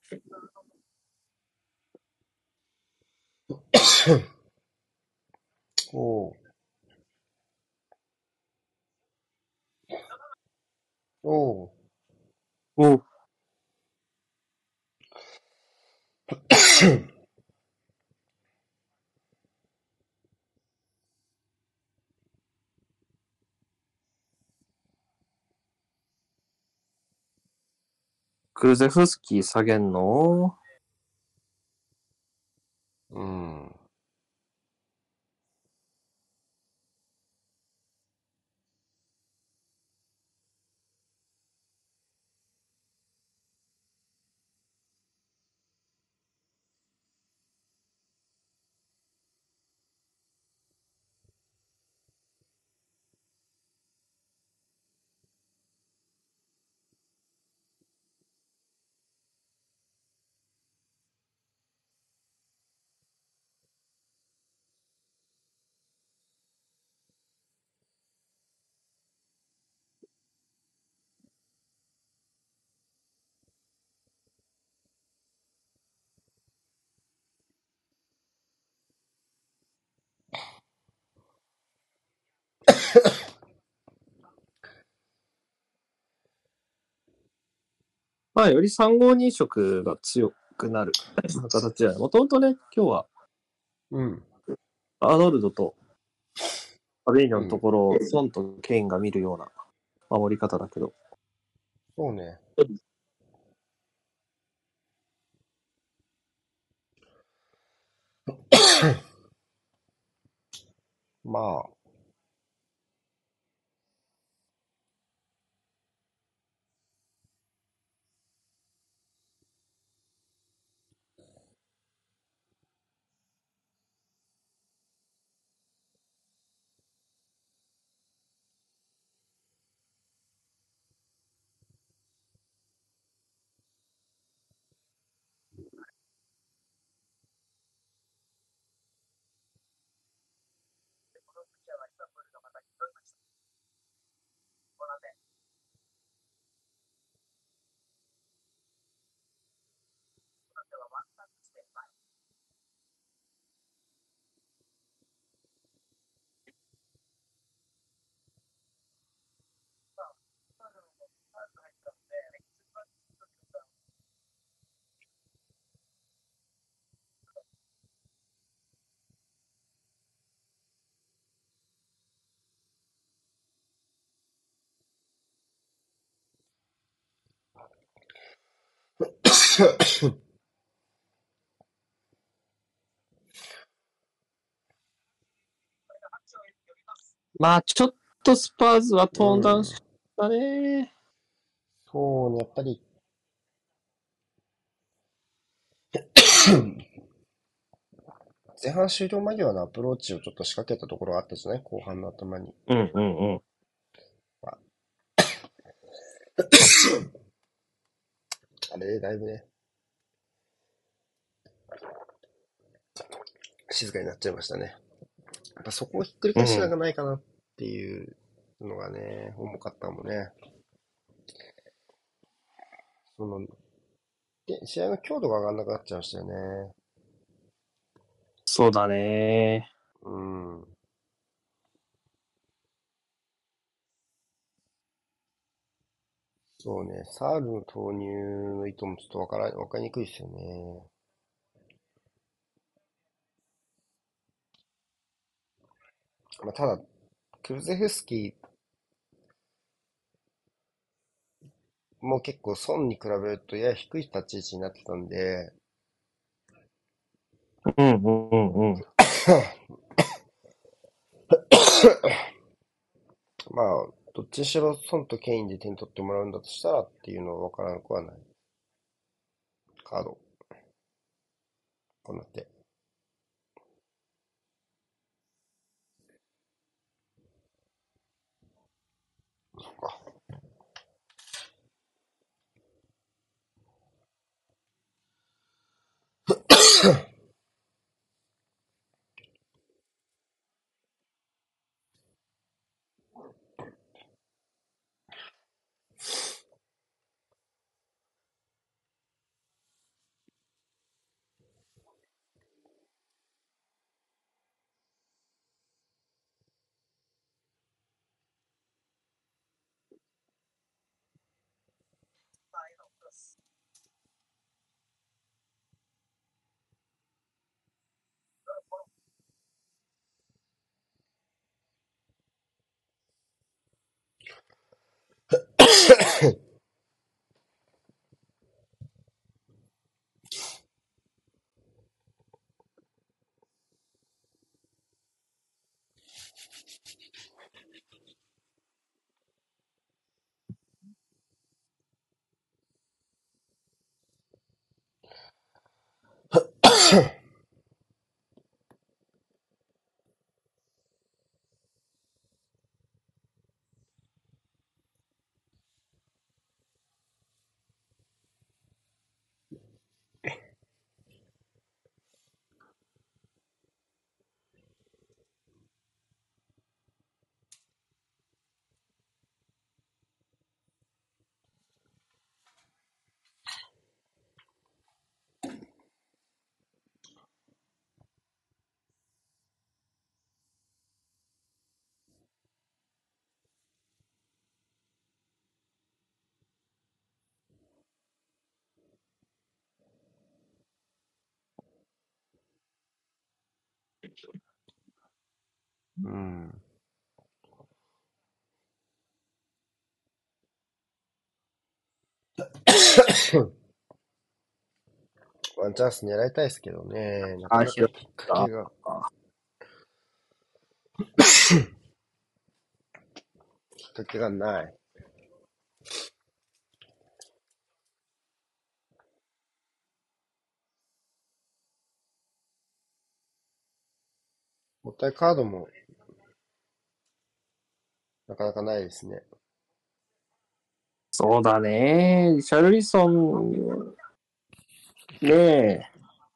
おう。おう。 おう。クルゼフスキー下げんの？ うん。 まあ、より352色が強くなる形だよね。もともとね、今日はうん。 アーノルドとアベイニョのとうん。 ころをソンとケインが見るような守り方だけど。 そうね。まあ、 まあ、ちょっとスパーズはトーンダウンしうん。 たね。 そうね、やっぱり前半終了間際のアプローチをちょっと仕掛けたところがあったじゃない後半の頭に。 うんうんうん。 あれでだいぶね、静かになっちゃいましたね。やっぱそこをひっくり返しなうん。 がないかなっていうのがね、重かったもんね。その、で、試合の強度が上がんなくなっちゃいましたよね。 そうだね。 うん。そうね、サールの投入の意図もちょっとわかりにくいですよね。まあ、ただ、クルゼフスキーも結構ソンに比べるとやや低い立ち位置になってたんで、 うんうんうんうん。 まあ、どっちにしろソンとケインで点取ってもらうんだとしたらっていうのはわからなくはない。カード、こうなって。そっか。 うん。ワンチャンス狙いたいですけどね。なかあ、 なかきっかた。 けが、きっかけがない。もったいカードもなかなかないですね。 そうだね。リシャルリソン、ねえ、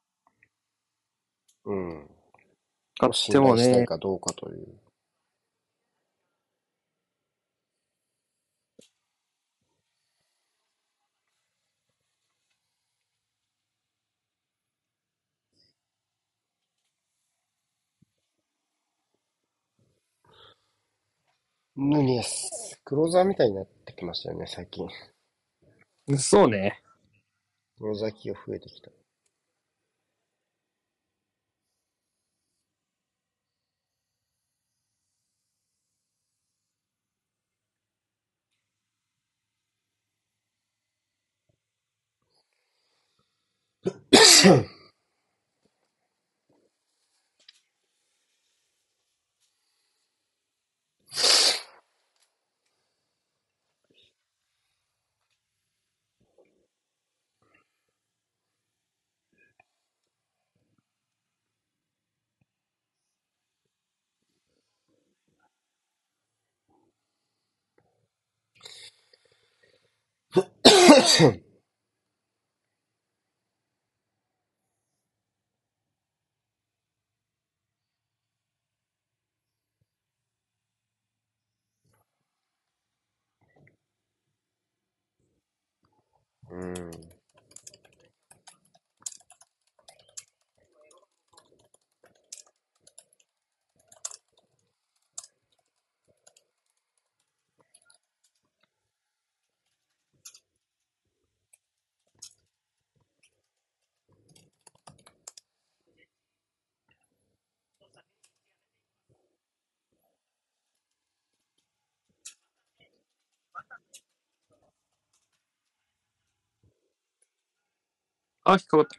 うん。 買っを信てもね、 頼したいかどうかという。ヌニエス。クローザーみたいになってきましたよね、最近。 そうね。 クローザー機が増えてきた。うん。 あ、引っかかった。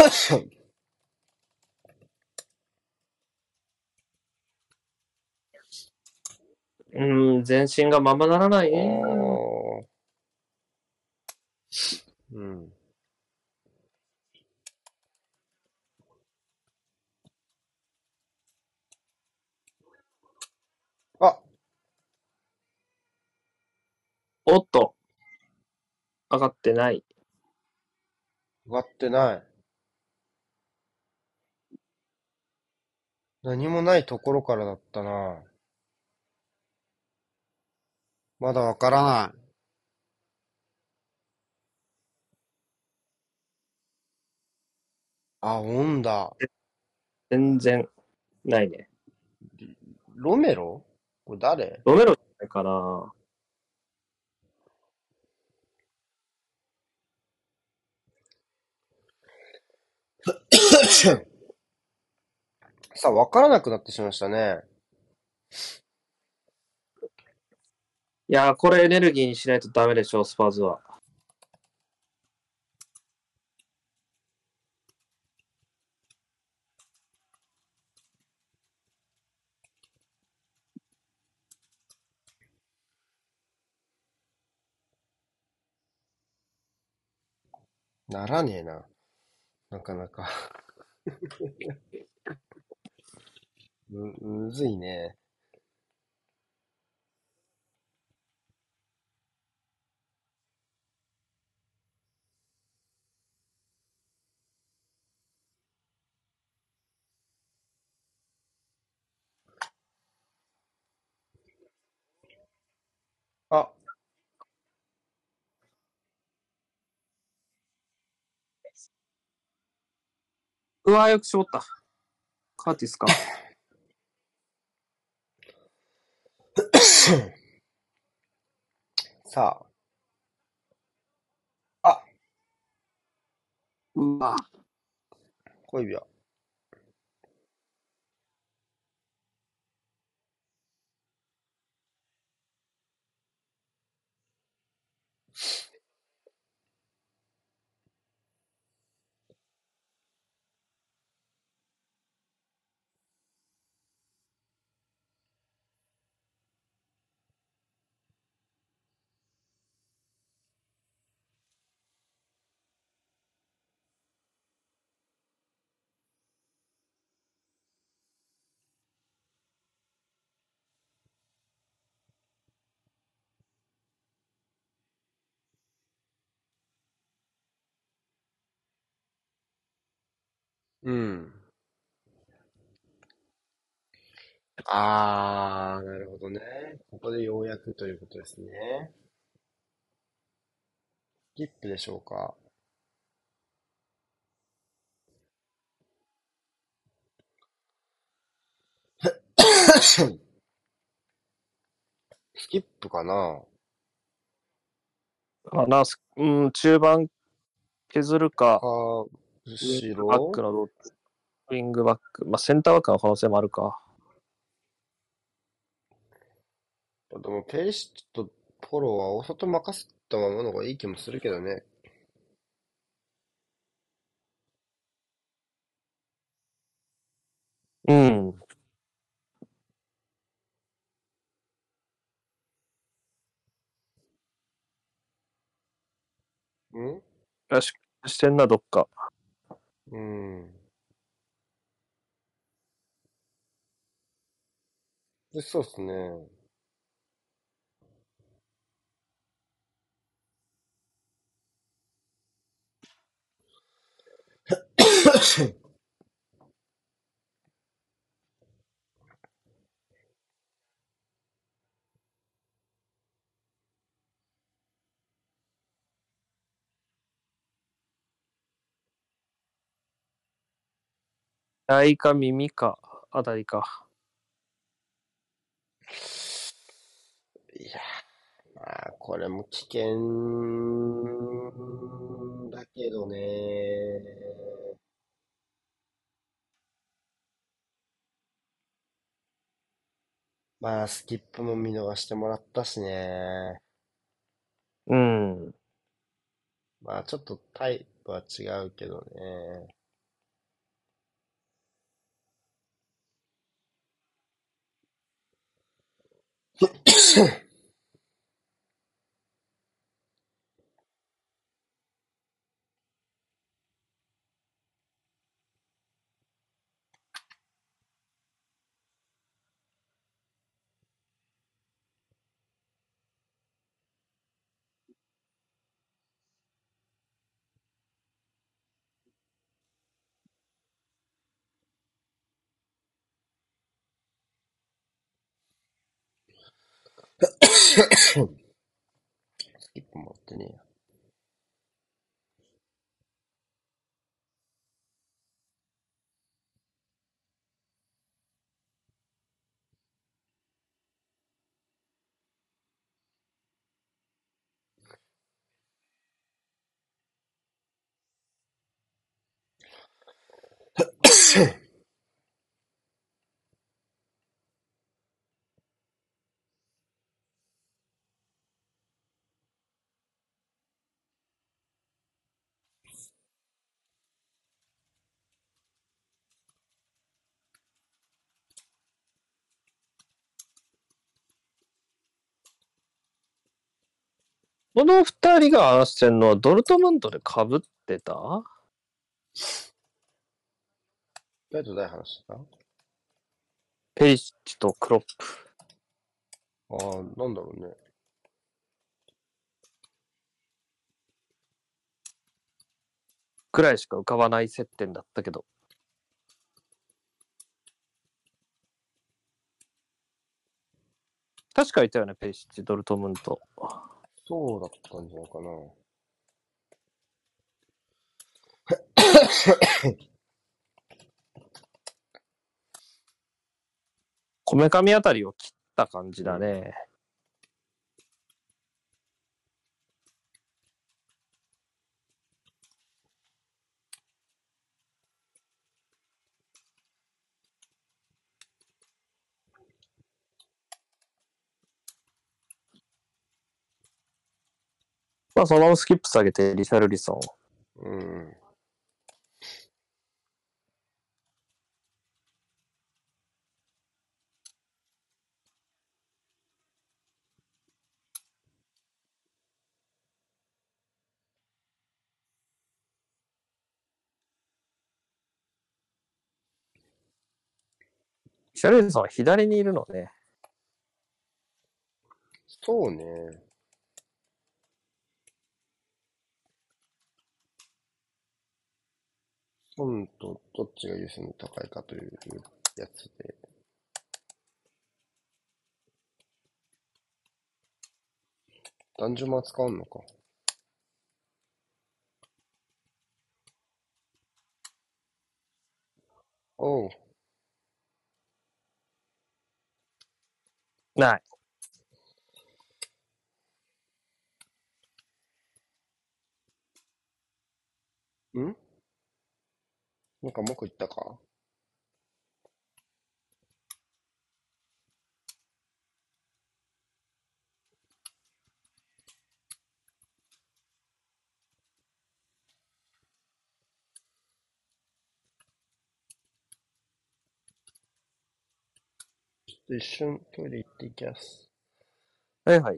全身がままならないね。 うん。あ、 おっと、上がってない。 上がってない。何もないところからだったな。まだわからない。あ、オンだ。 全然ないね。 ロメロこれ誰？ ロメロじゃないかな。 さあ、わからなくなってしまいましたね。 いやー、これエネルギーにしないとダメでしょ、スパーズは。 ならねえな。なかなか。むずいね。あ、 うわー、よく絞った。カーティスか。 さあ、あ、 うわ。 小指輪。うん。なるほどね。ここでようやくということですね。スキップでしょうか。スキップかな。 中盤削るか、 か、 ウィン後グバックろ。 のウィングバック。まあ、センターバックの可能性もあるか。 でも、ペリシッチとポロは大外任せたままの方がいい気もするけどね。 うん。 んよし、してんな、どっか。 うん。そうっすね。 左か耳か、あたりか。 いや、まあ、これも危険だけどね。まあ、スキップも見逃してもらったしね。 うん。 まあ、ちょっとタイプは違うけどね。 スキップもってね。 この二人が話してるのはドルトムントで被ってた？ 誰と誰話してた？ ペリシッチとクロップああ、なんだろうね。 くらいしか浮かばない接点だったけど。確かいたよね、ペリシッチ、ドルトムント。 そうだったんじゃないかな。 こめかみあたりを切った感じだね。まあ、そのままスキップ下げて、リシャルリソン。 うん。 リシャルリソンは左にいるのね。 そうね。本とどっちが優先度高いかというやつで。男女も扱わんのか。おう。 ない。 んなんか文句言ったか？ちょっと一瞬トイレ行ってきます。 はいはい。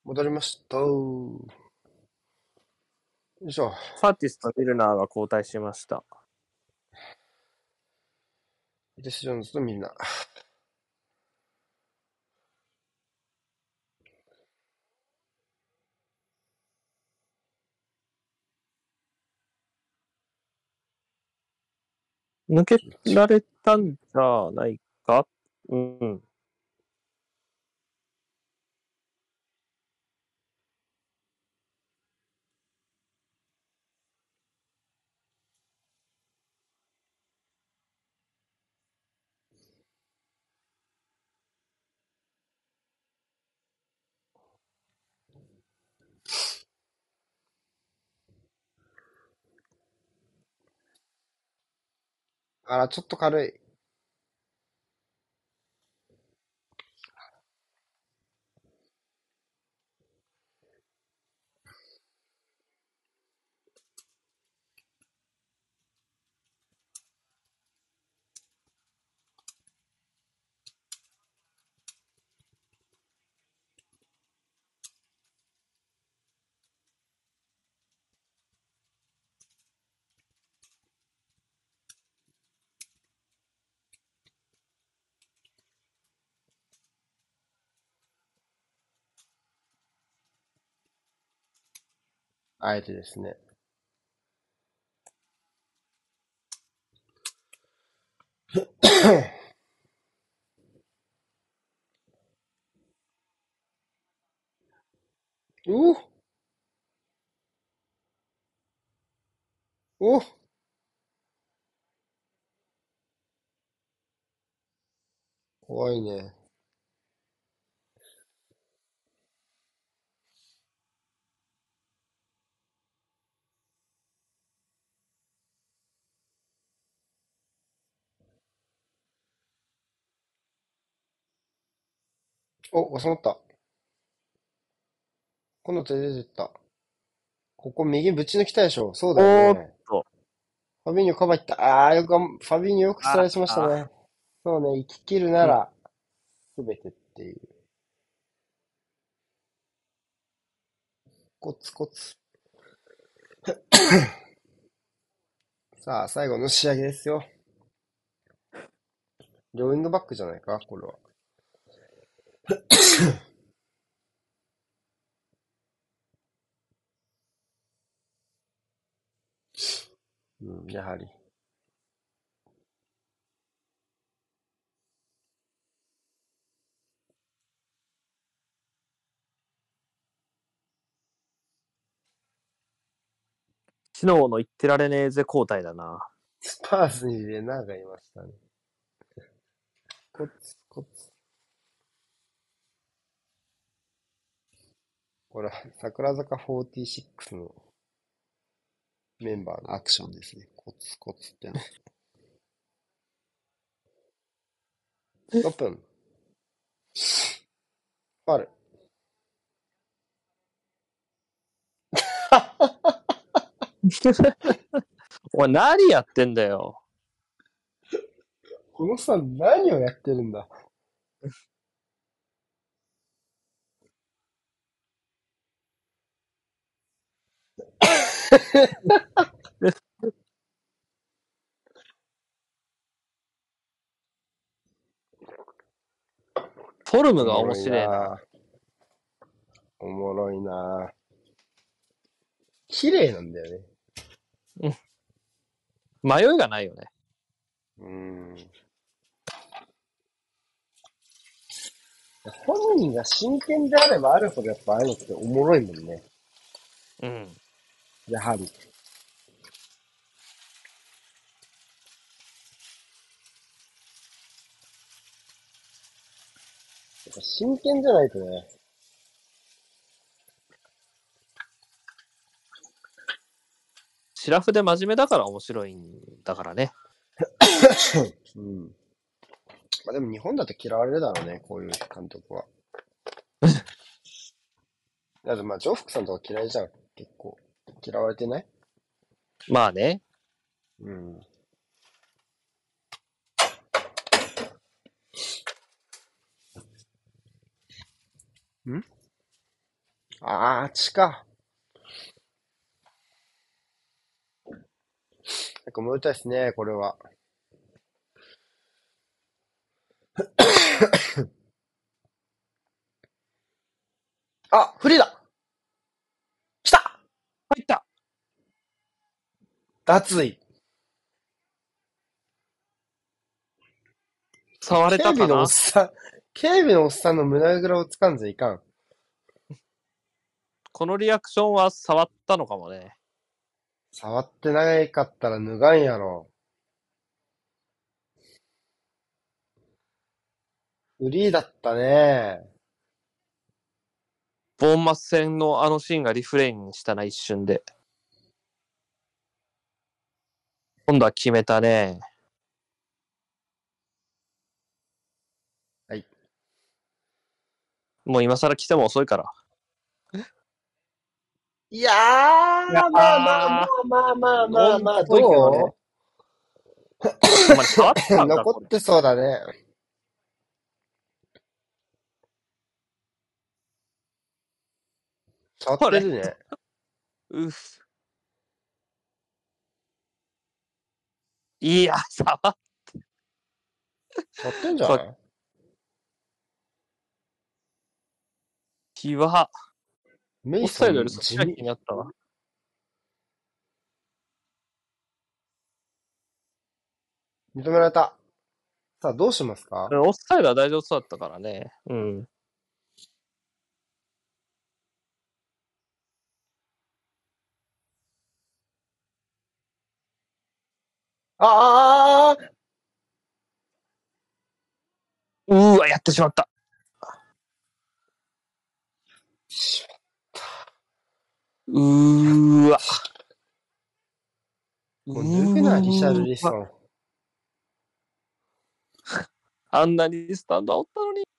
戻りました。よいしょ。 サーティスとミルナーが交代しました。 デス・ジョーンズとみんな。 抜けられたんじゃないか。うん。 あら、ちょっと軽い。あえてですね。おお怖いね。お、収まった。今度手出てった。ここ右ぶち抜きたいでしょ。そうだよおーっね。 と。 ファビーニョカバーいった。ファビーニョよくスライドしましたあね。そうね、生き切るなうん。 ら、すべてっていう。コツコツ。さあ、最後の仕上げですよ。両ウィングバックじゃないか、これは。うん、やはり。 知能の言ってられねえぜ交代だな。 スパーズにレナーがいましたね。コツコツ。これは、桜坂46のメンバーのアクションですね。コツコツっての。6分。ファウル。 お前何やってんだよ。 このさん何をやってるんだ。 フォルムが面おもろい白いな。 なぁ。おもろいなぁ。綺麗なんだよね。 うん。迷いがないよね。 うん。本人が真剣であればあるほどやっぱああいうのっておもろいもんね。 うん。 やはり。やっぱ真剣じゃないとね。 シラフで真面目だから面白いんだからね。 うん。まあでも日本だと嫌われるだろうね、こういう監督は。だってまあ、ジョーフクさんとか嫌いじゃん。結構。嫌われてない？ まあね。 うん。んあー、地か。なんか燃えたいですね、これは。あ、フリーだ。来た。 入った。 脱衣。 触れ警備のおったかな。 さん、警備のおっさんの胸ぐらを掴んじゃいかん。 このリアクションは触ったのかもね。 触ってないかったら脱がんやろ。フリーだったね。 ボーンマス戦のあのシーンがリフレインしたな、一瞬で。今度は決めたね。 はい。 もう今更来ても遅いから。 いやー、 いやまあまあまあまあまあまあまあ、 遅いけどね。 どまあ、触ってうたんだ、これ。 残ってそうだね。触っこれ。 てるね。 うっ。いや、触っ、 触ってんじゃこっない？ ちは、オフサイドよりメイソン、 そっちが気地味。 になったわ。 認められた。さあ、どうしますか？ オフサイドは大丈夫そうだったからね。うん。 ああうーわ、やってしまった。うーわ。うもう脱ぐな、リシャルーわ。 リソン。 あんなにスタンド煽ったのに。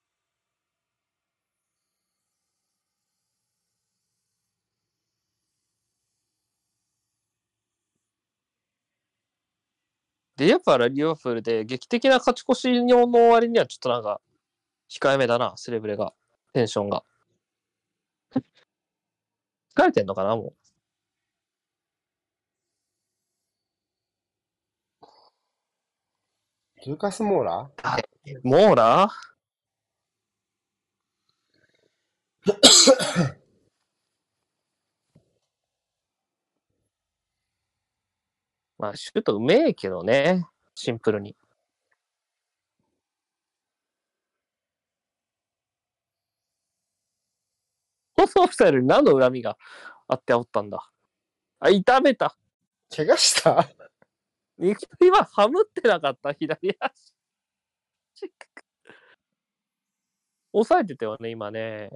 で、やっぱリバプールで劇的な勝ち越しの終わりにはちょっとなんか、控えめだな、セレブレが。テンションが。疲れてんのかな、もルーカス・モーラう。はい。モーラー。まあ、シュートうめえけどね。シンプルに。放送スタイルに何の恨みがあって煽ったんだ。あ、痛めた。 怪我した？ 今、ハムってなかった、左足。抑えてたよね、今ね。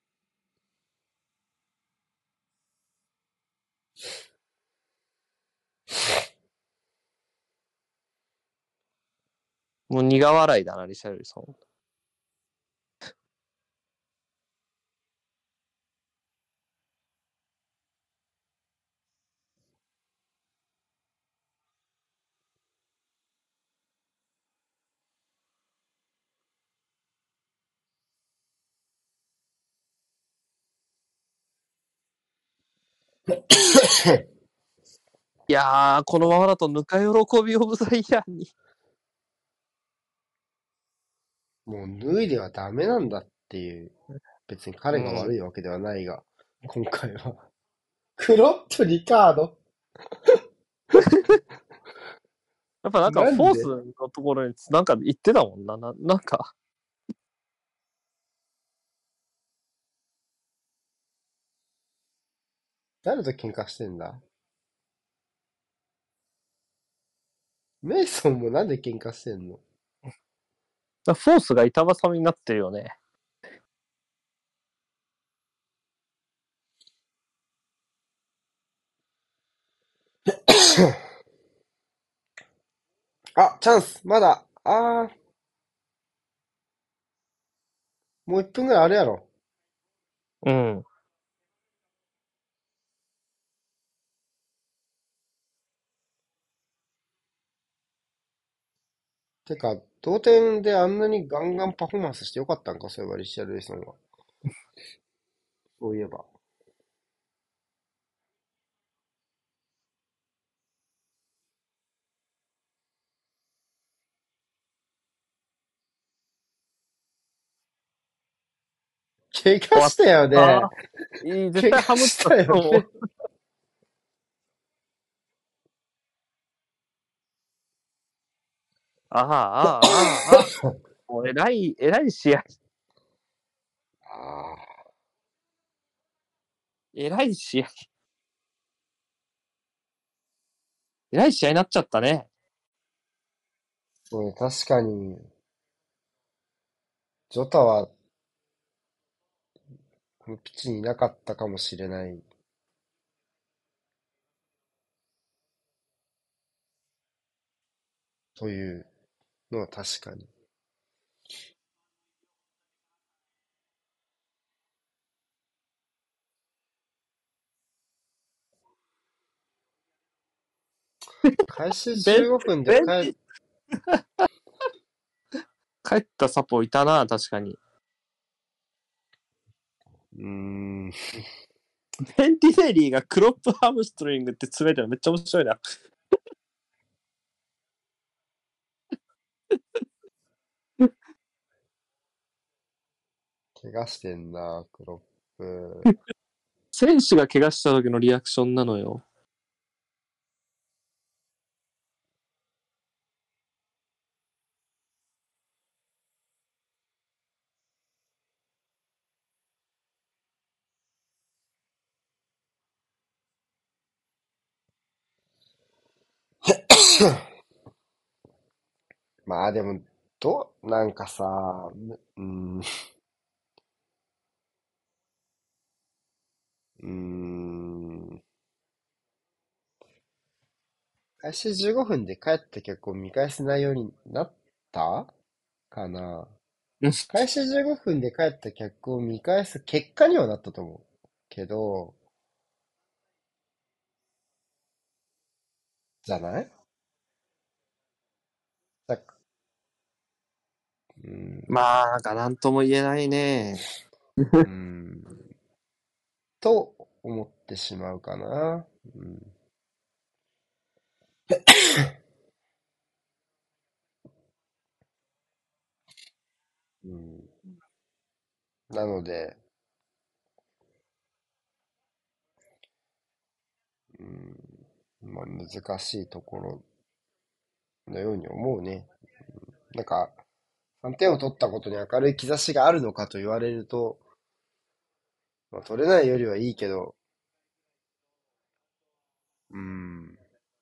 もう苦笑いだな、リシャルリソン。いやー、このままだとぬか喜びオブザイヤーに。 もう脱いではダメなんだっていう。別に彼がうん。 悪いわけではないが、今回は。クロップ、リカード。 やっぱなんかフォースなんで？ のところになんか言ってたもんな。なんか、 誰と喧嘩してんだ？メイソンもなんで喧嘩してんの？ フォースが板挟みになってるよね。 あ、チャンスまだ。もう1分ぐらいあるやろ。 うん。 てか、同点であんなにガンガンパフォーマンスしてよかったんか、そういえばリシャルリソンは。 そういえば。怪我終わっしたよね。 た。絶怪我対ハムったしたよと思う。 ね。 ああ、ああ、ああ。もう偉い試合。 ああ、 偉い試合。偉い試合になっちゃったね。 そうね、確かに、ジョタはこのピッチにいなかったかもしれないというのは確かに。開始ベン、 15分でベンチ、帰ったサポいたな、確かに。 うーん、 ベンティネリーがクロップハムストリングって詰めてるのめっちゃ面白いな。 怪我してんな、クロップ。 選手が怪我した時のリアクションなのよ。 まあでも、なんかさ、うーん、開始15分で帰った曲を見返す内容になったかな。開始15分で帰った客を見返す結果にはなったと思う。けど、じゃないだうん、 まあ、なんかなんとも言えないね。 うん、と思ってしまうかな。うん、うん、なので、うん、まあ、難しいところのように思うね。なんか、3点を取ったことに明るい兆しがあるのかと言われると、まあ、取れないよりはいいけど、うん、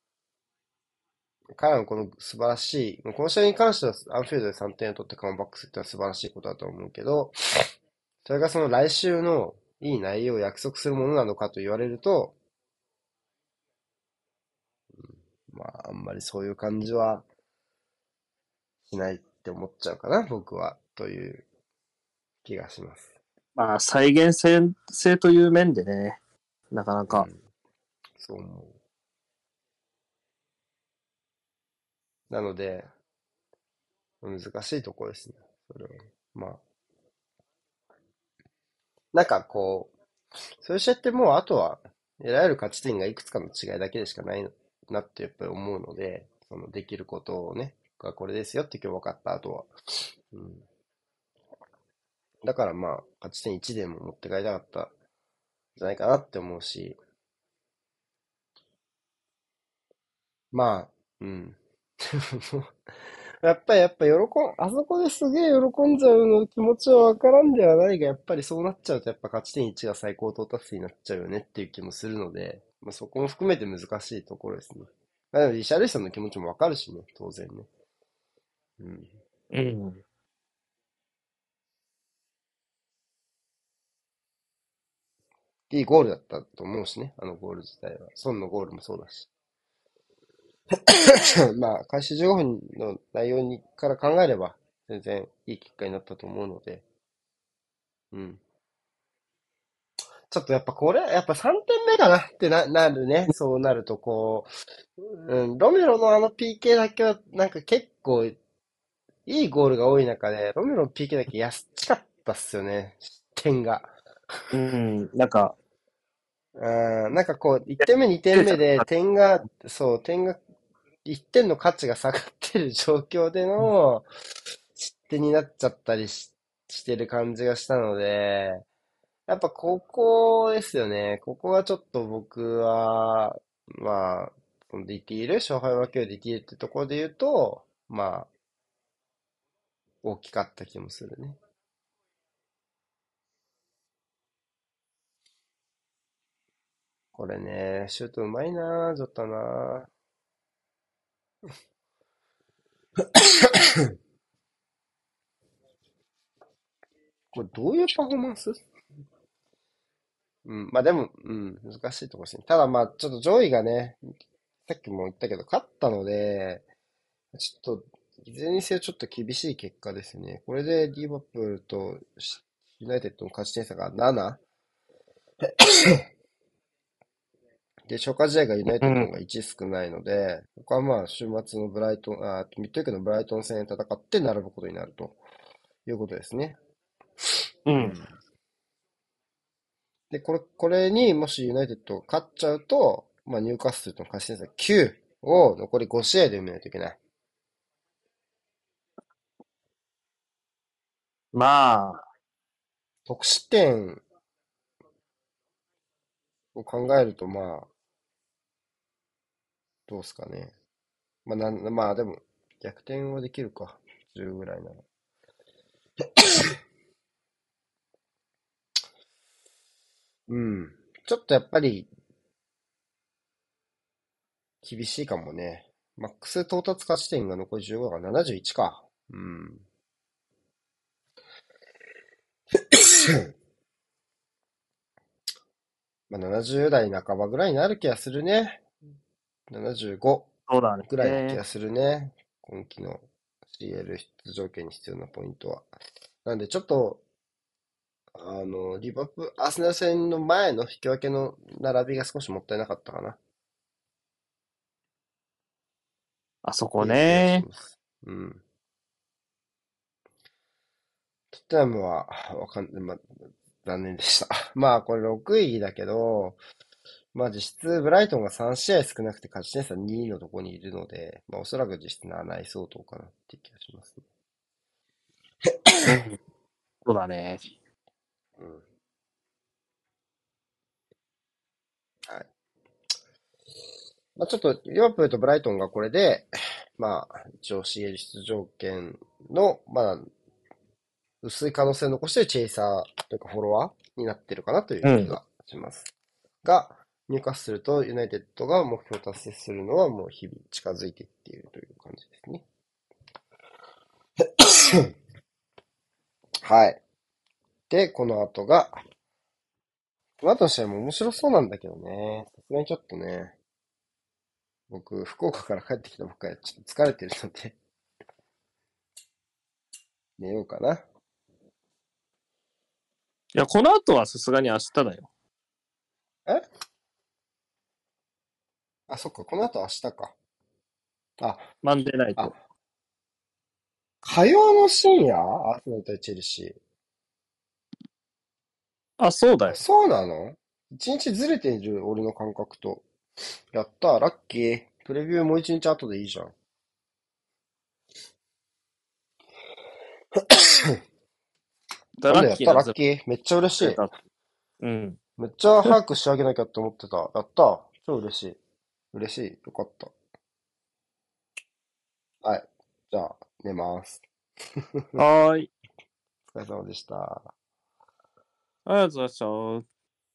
彼らのこの素晴らしい、この試合に関してはアンフィールドで3点を取ってカムバックするってのは素晴らしいことだと思うけど、それがその来週のいい内容を約束するものなのかと言われると、まあ、あんまりそういう感じはしないって思っちゃうかな、僕は、という気がします。 まあ、再現性という面でね、なかなか。 うん、そう思う。なので、難しいところですね。それは。まあ、なんかこう、そういう試合ってもうあとは、得られる勝ち点がいくつかの違いだけでしかないなってやっぱり思うので、そのできることをね、がこれですよって今日分かった後は。うん、だからまあ、勝ち点1でも持って帰りたかったんじゃないかなって思うし、まあ、うん。あそこですげえ喜んじゃうの気持ちはわからんではないが、やっぱりそうなっちゃうと、やっぱ勝ち点1が最高到達点になっちゃうよねっていう気もするので、まあ、そこも含めて難しいところですね。まあ、でもリシャルリソンの気持ちもわかるしね、当然ね。うん。 うん。 いいゴールだったと思うしね、あのゴール自体は。ソンのゴールもそうだし。まあ、開始15分の内容から考えれば、全然いい結果になったと思うので、うん。ちょっとやっぱこれ、やっぱ3点目かなってなるね。そうなるとこう、ロメロのあの PK だけはなんか結構いいゴールが多い中で、ロメロの PK だけ安かったっすよね。点が。 なんか、 なんかこう、1点目、2点目で点が、1点の価値が下がってる状況での失点になっちゃったりしてる感じがしたので、やっぱここですよね。ここがちょっと僕は、まあ、そのディティール、勝敗を分けるディティールってところで言うと、まあ、大きかった気もするね。これね、シュートうまいなジョタなこれどういうパフォーマンス？うん、まあでも、うん、難しいところですね。ただまあ、ちょっと上位がね、さっきも言ったけど、勝ったので、ちょっと、いずれにせよちょっと厳しい結果ですね。これでリバプールとユナイテッドの勝ち点差が7で、消化試合がユナイうん。 テッドの方が1少ないので、ここはまあ週末のブライトン、ミッドウィークのブライトン戦で戦って並ぶことになるということですね。 うん。 うん。で、これにもしユナイテッドが勝っちゃうと、まあニューカッスルとの勝ち点差9を残り5試合で埋めないといけない。 まあ、 得失点を考えると、まあ、どうすかね。まあでも、逆転はできるか。10ぐらいなら。うん。ちょっとやっぱり厳しいかもね。マックス到達勝ち点が残り15だから71か。うん。まあ70代半ばぐらいになる気がするね。75 そうだぐらいな気ね。 がするね。今季の CL 出場権に必要なポイントは。なんでちょっと、アーセナル戦の前の引き分けの並びが少しもったいなかったかなっあそこていう気がしね。 ます。うん。トッテナムは、まあ、残念でした。まあ、これ6位だけど、まあ実質ブライトンが3試合少なくて勝ち点差2位のところにいるので、まあおそらく実質7位相当かなっていう気がしますね。 うん。そうだね。 うん。はい。まあちょっと、リバプールとブライトンがこれで、まあ、一応 CL 出場権の、まあ、薄い可能性を残してチェイサーというかフォロワーになってるかなといううん。 気がします。が、入荷するとユナイテッドが目標を達成するのはもう日々近づいていっているという感じですね。はい。で、この後の試合も面白そうなんだけどね。さすがにちょっとね、僕、福岡から帰ってきたばっかりでちょっと疲れてるので寝ようかな。 いや、この後はさすがに明日だよ。 えそっか、この後明日か。あ、 マンデーナイあ、 ト。 火曜の深夜アーセナル対チェルシあ、そうー。 だよ。 そうなの？一日ずれている俺の感覚と。やったー、ラッキー。プレビューもう一日後でいいじゃん。なんでやったラッキーなズラッキー。めっちゃ嬉しい。 くれた。うん。 めっちゃ早く仕上げなきゃって思ってた。やったー。超嬉しい。嬉しい。よかった。はい。じゃあ、寝ます。 はーい。 お疲れ様でした。 ありがとうございました。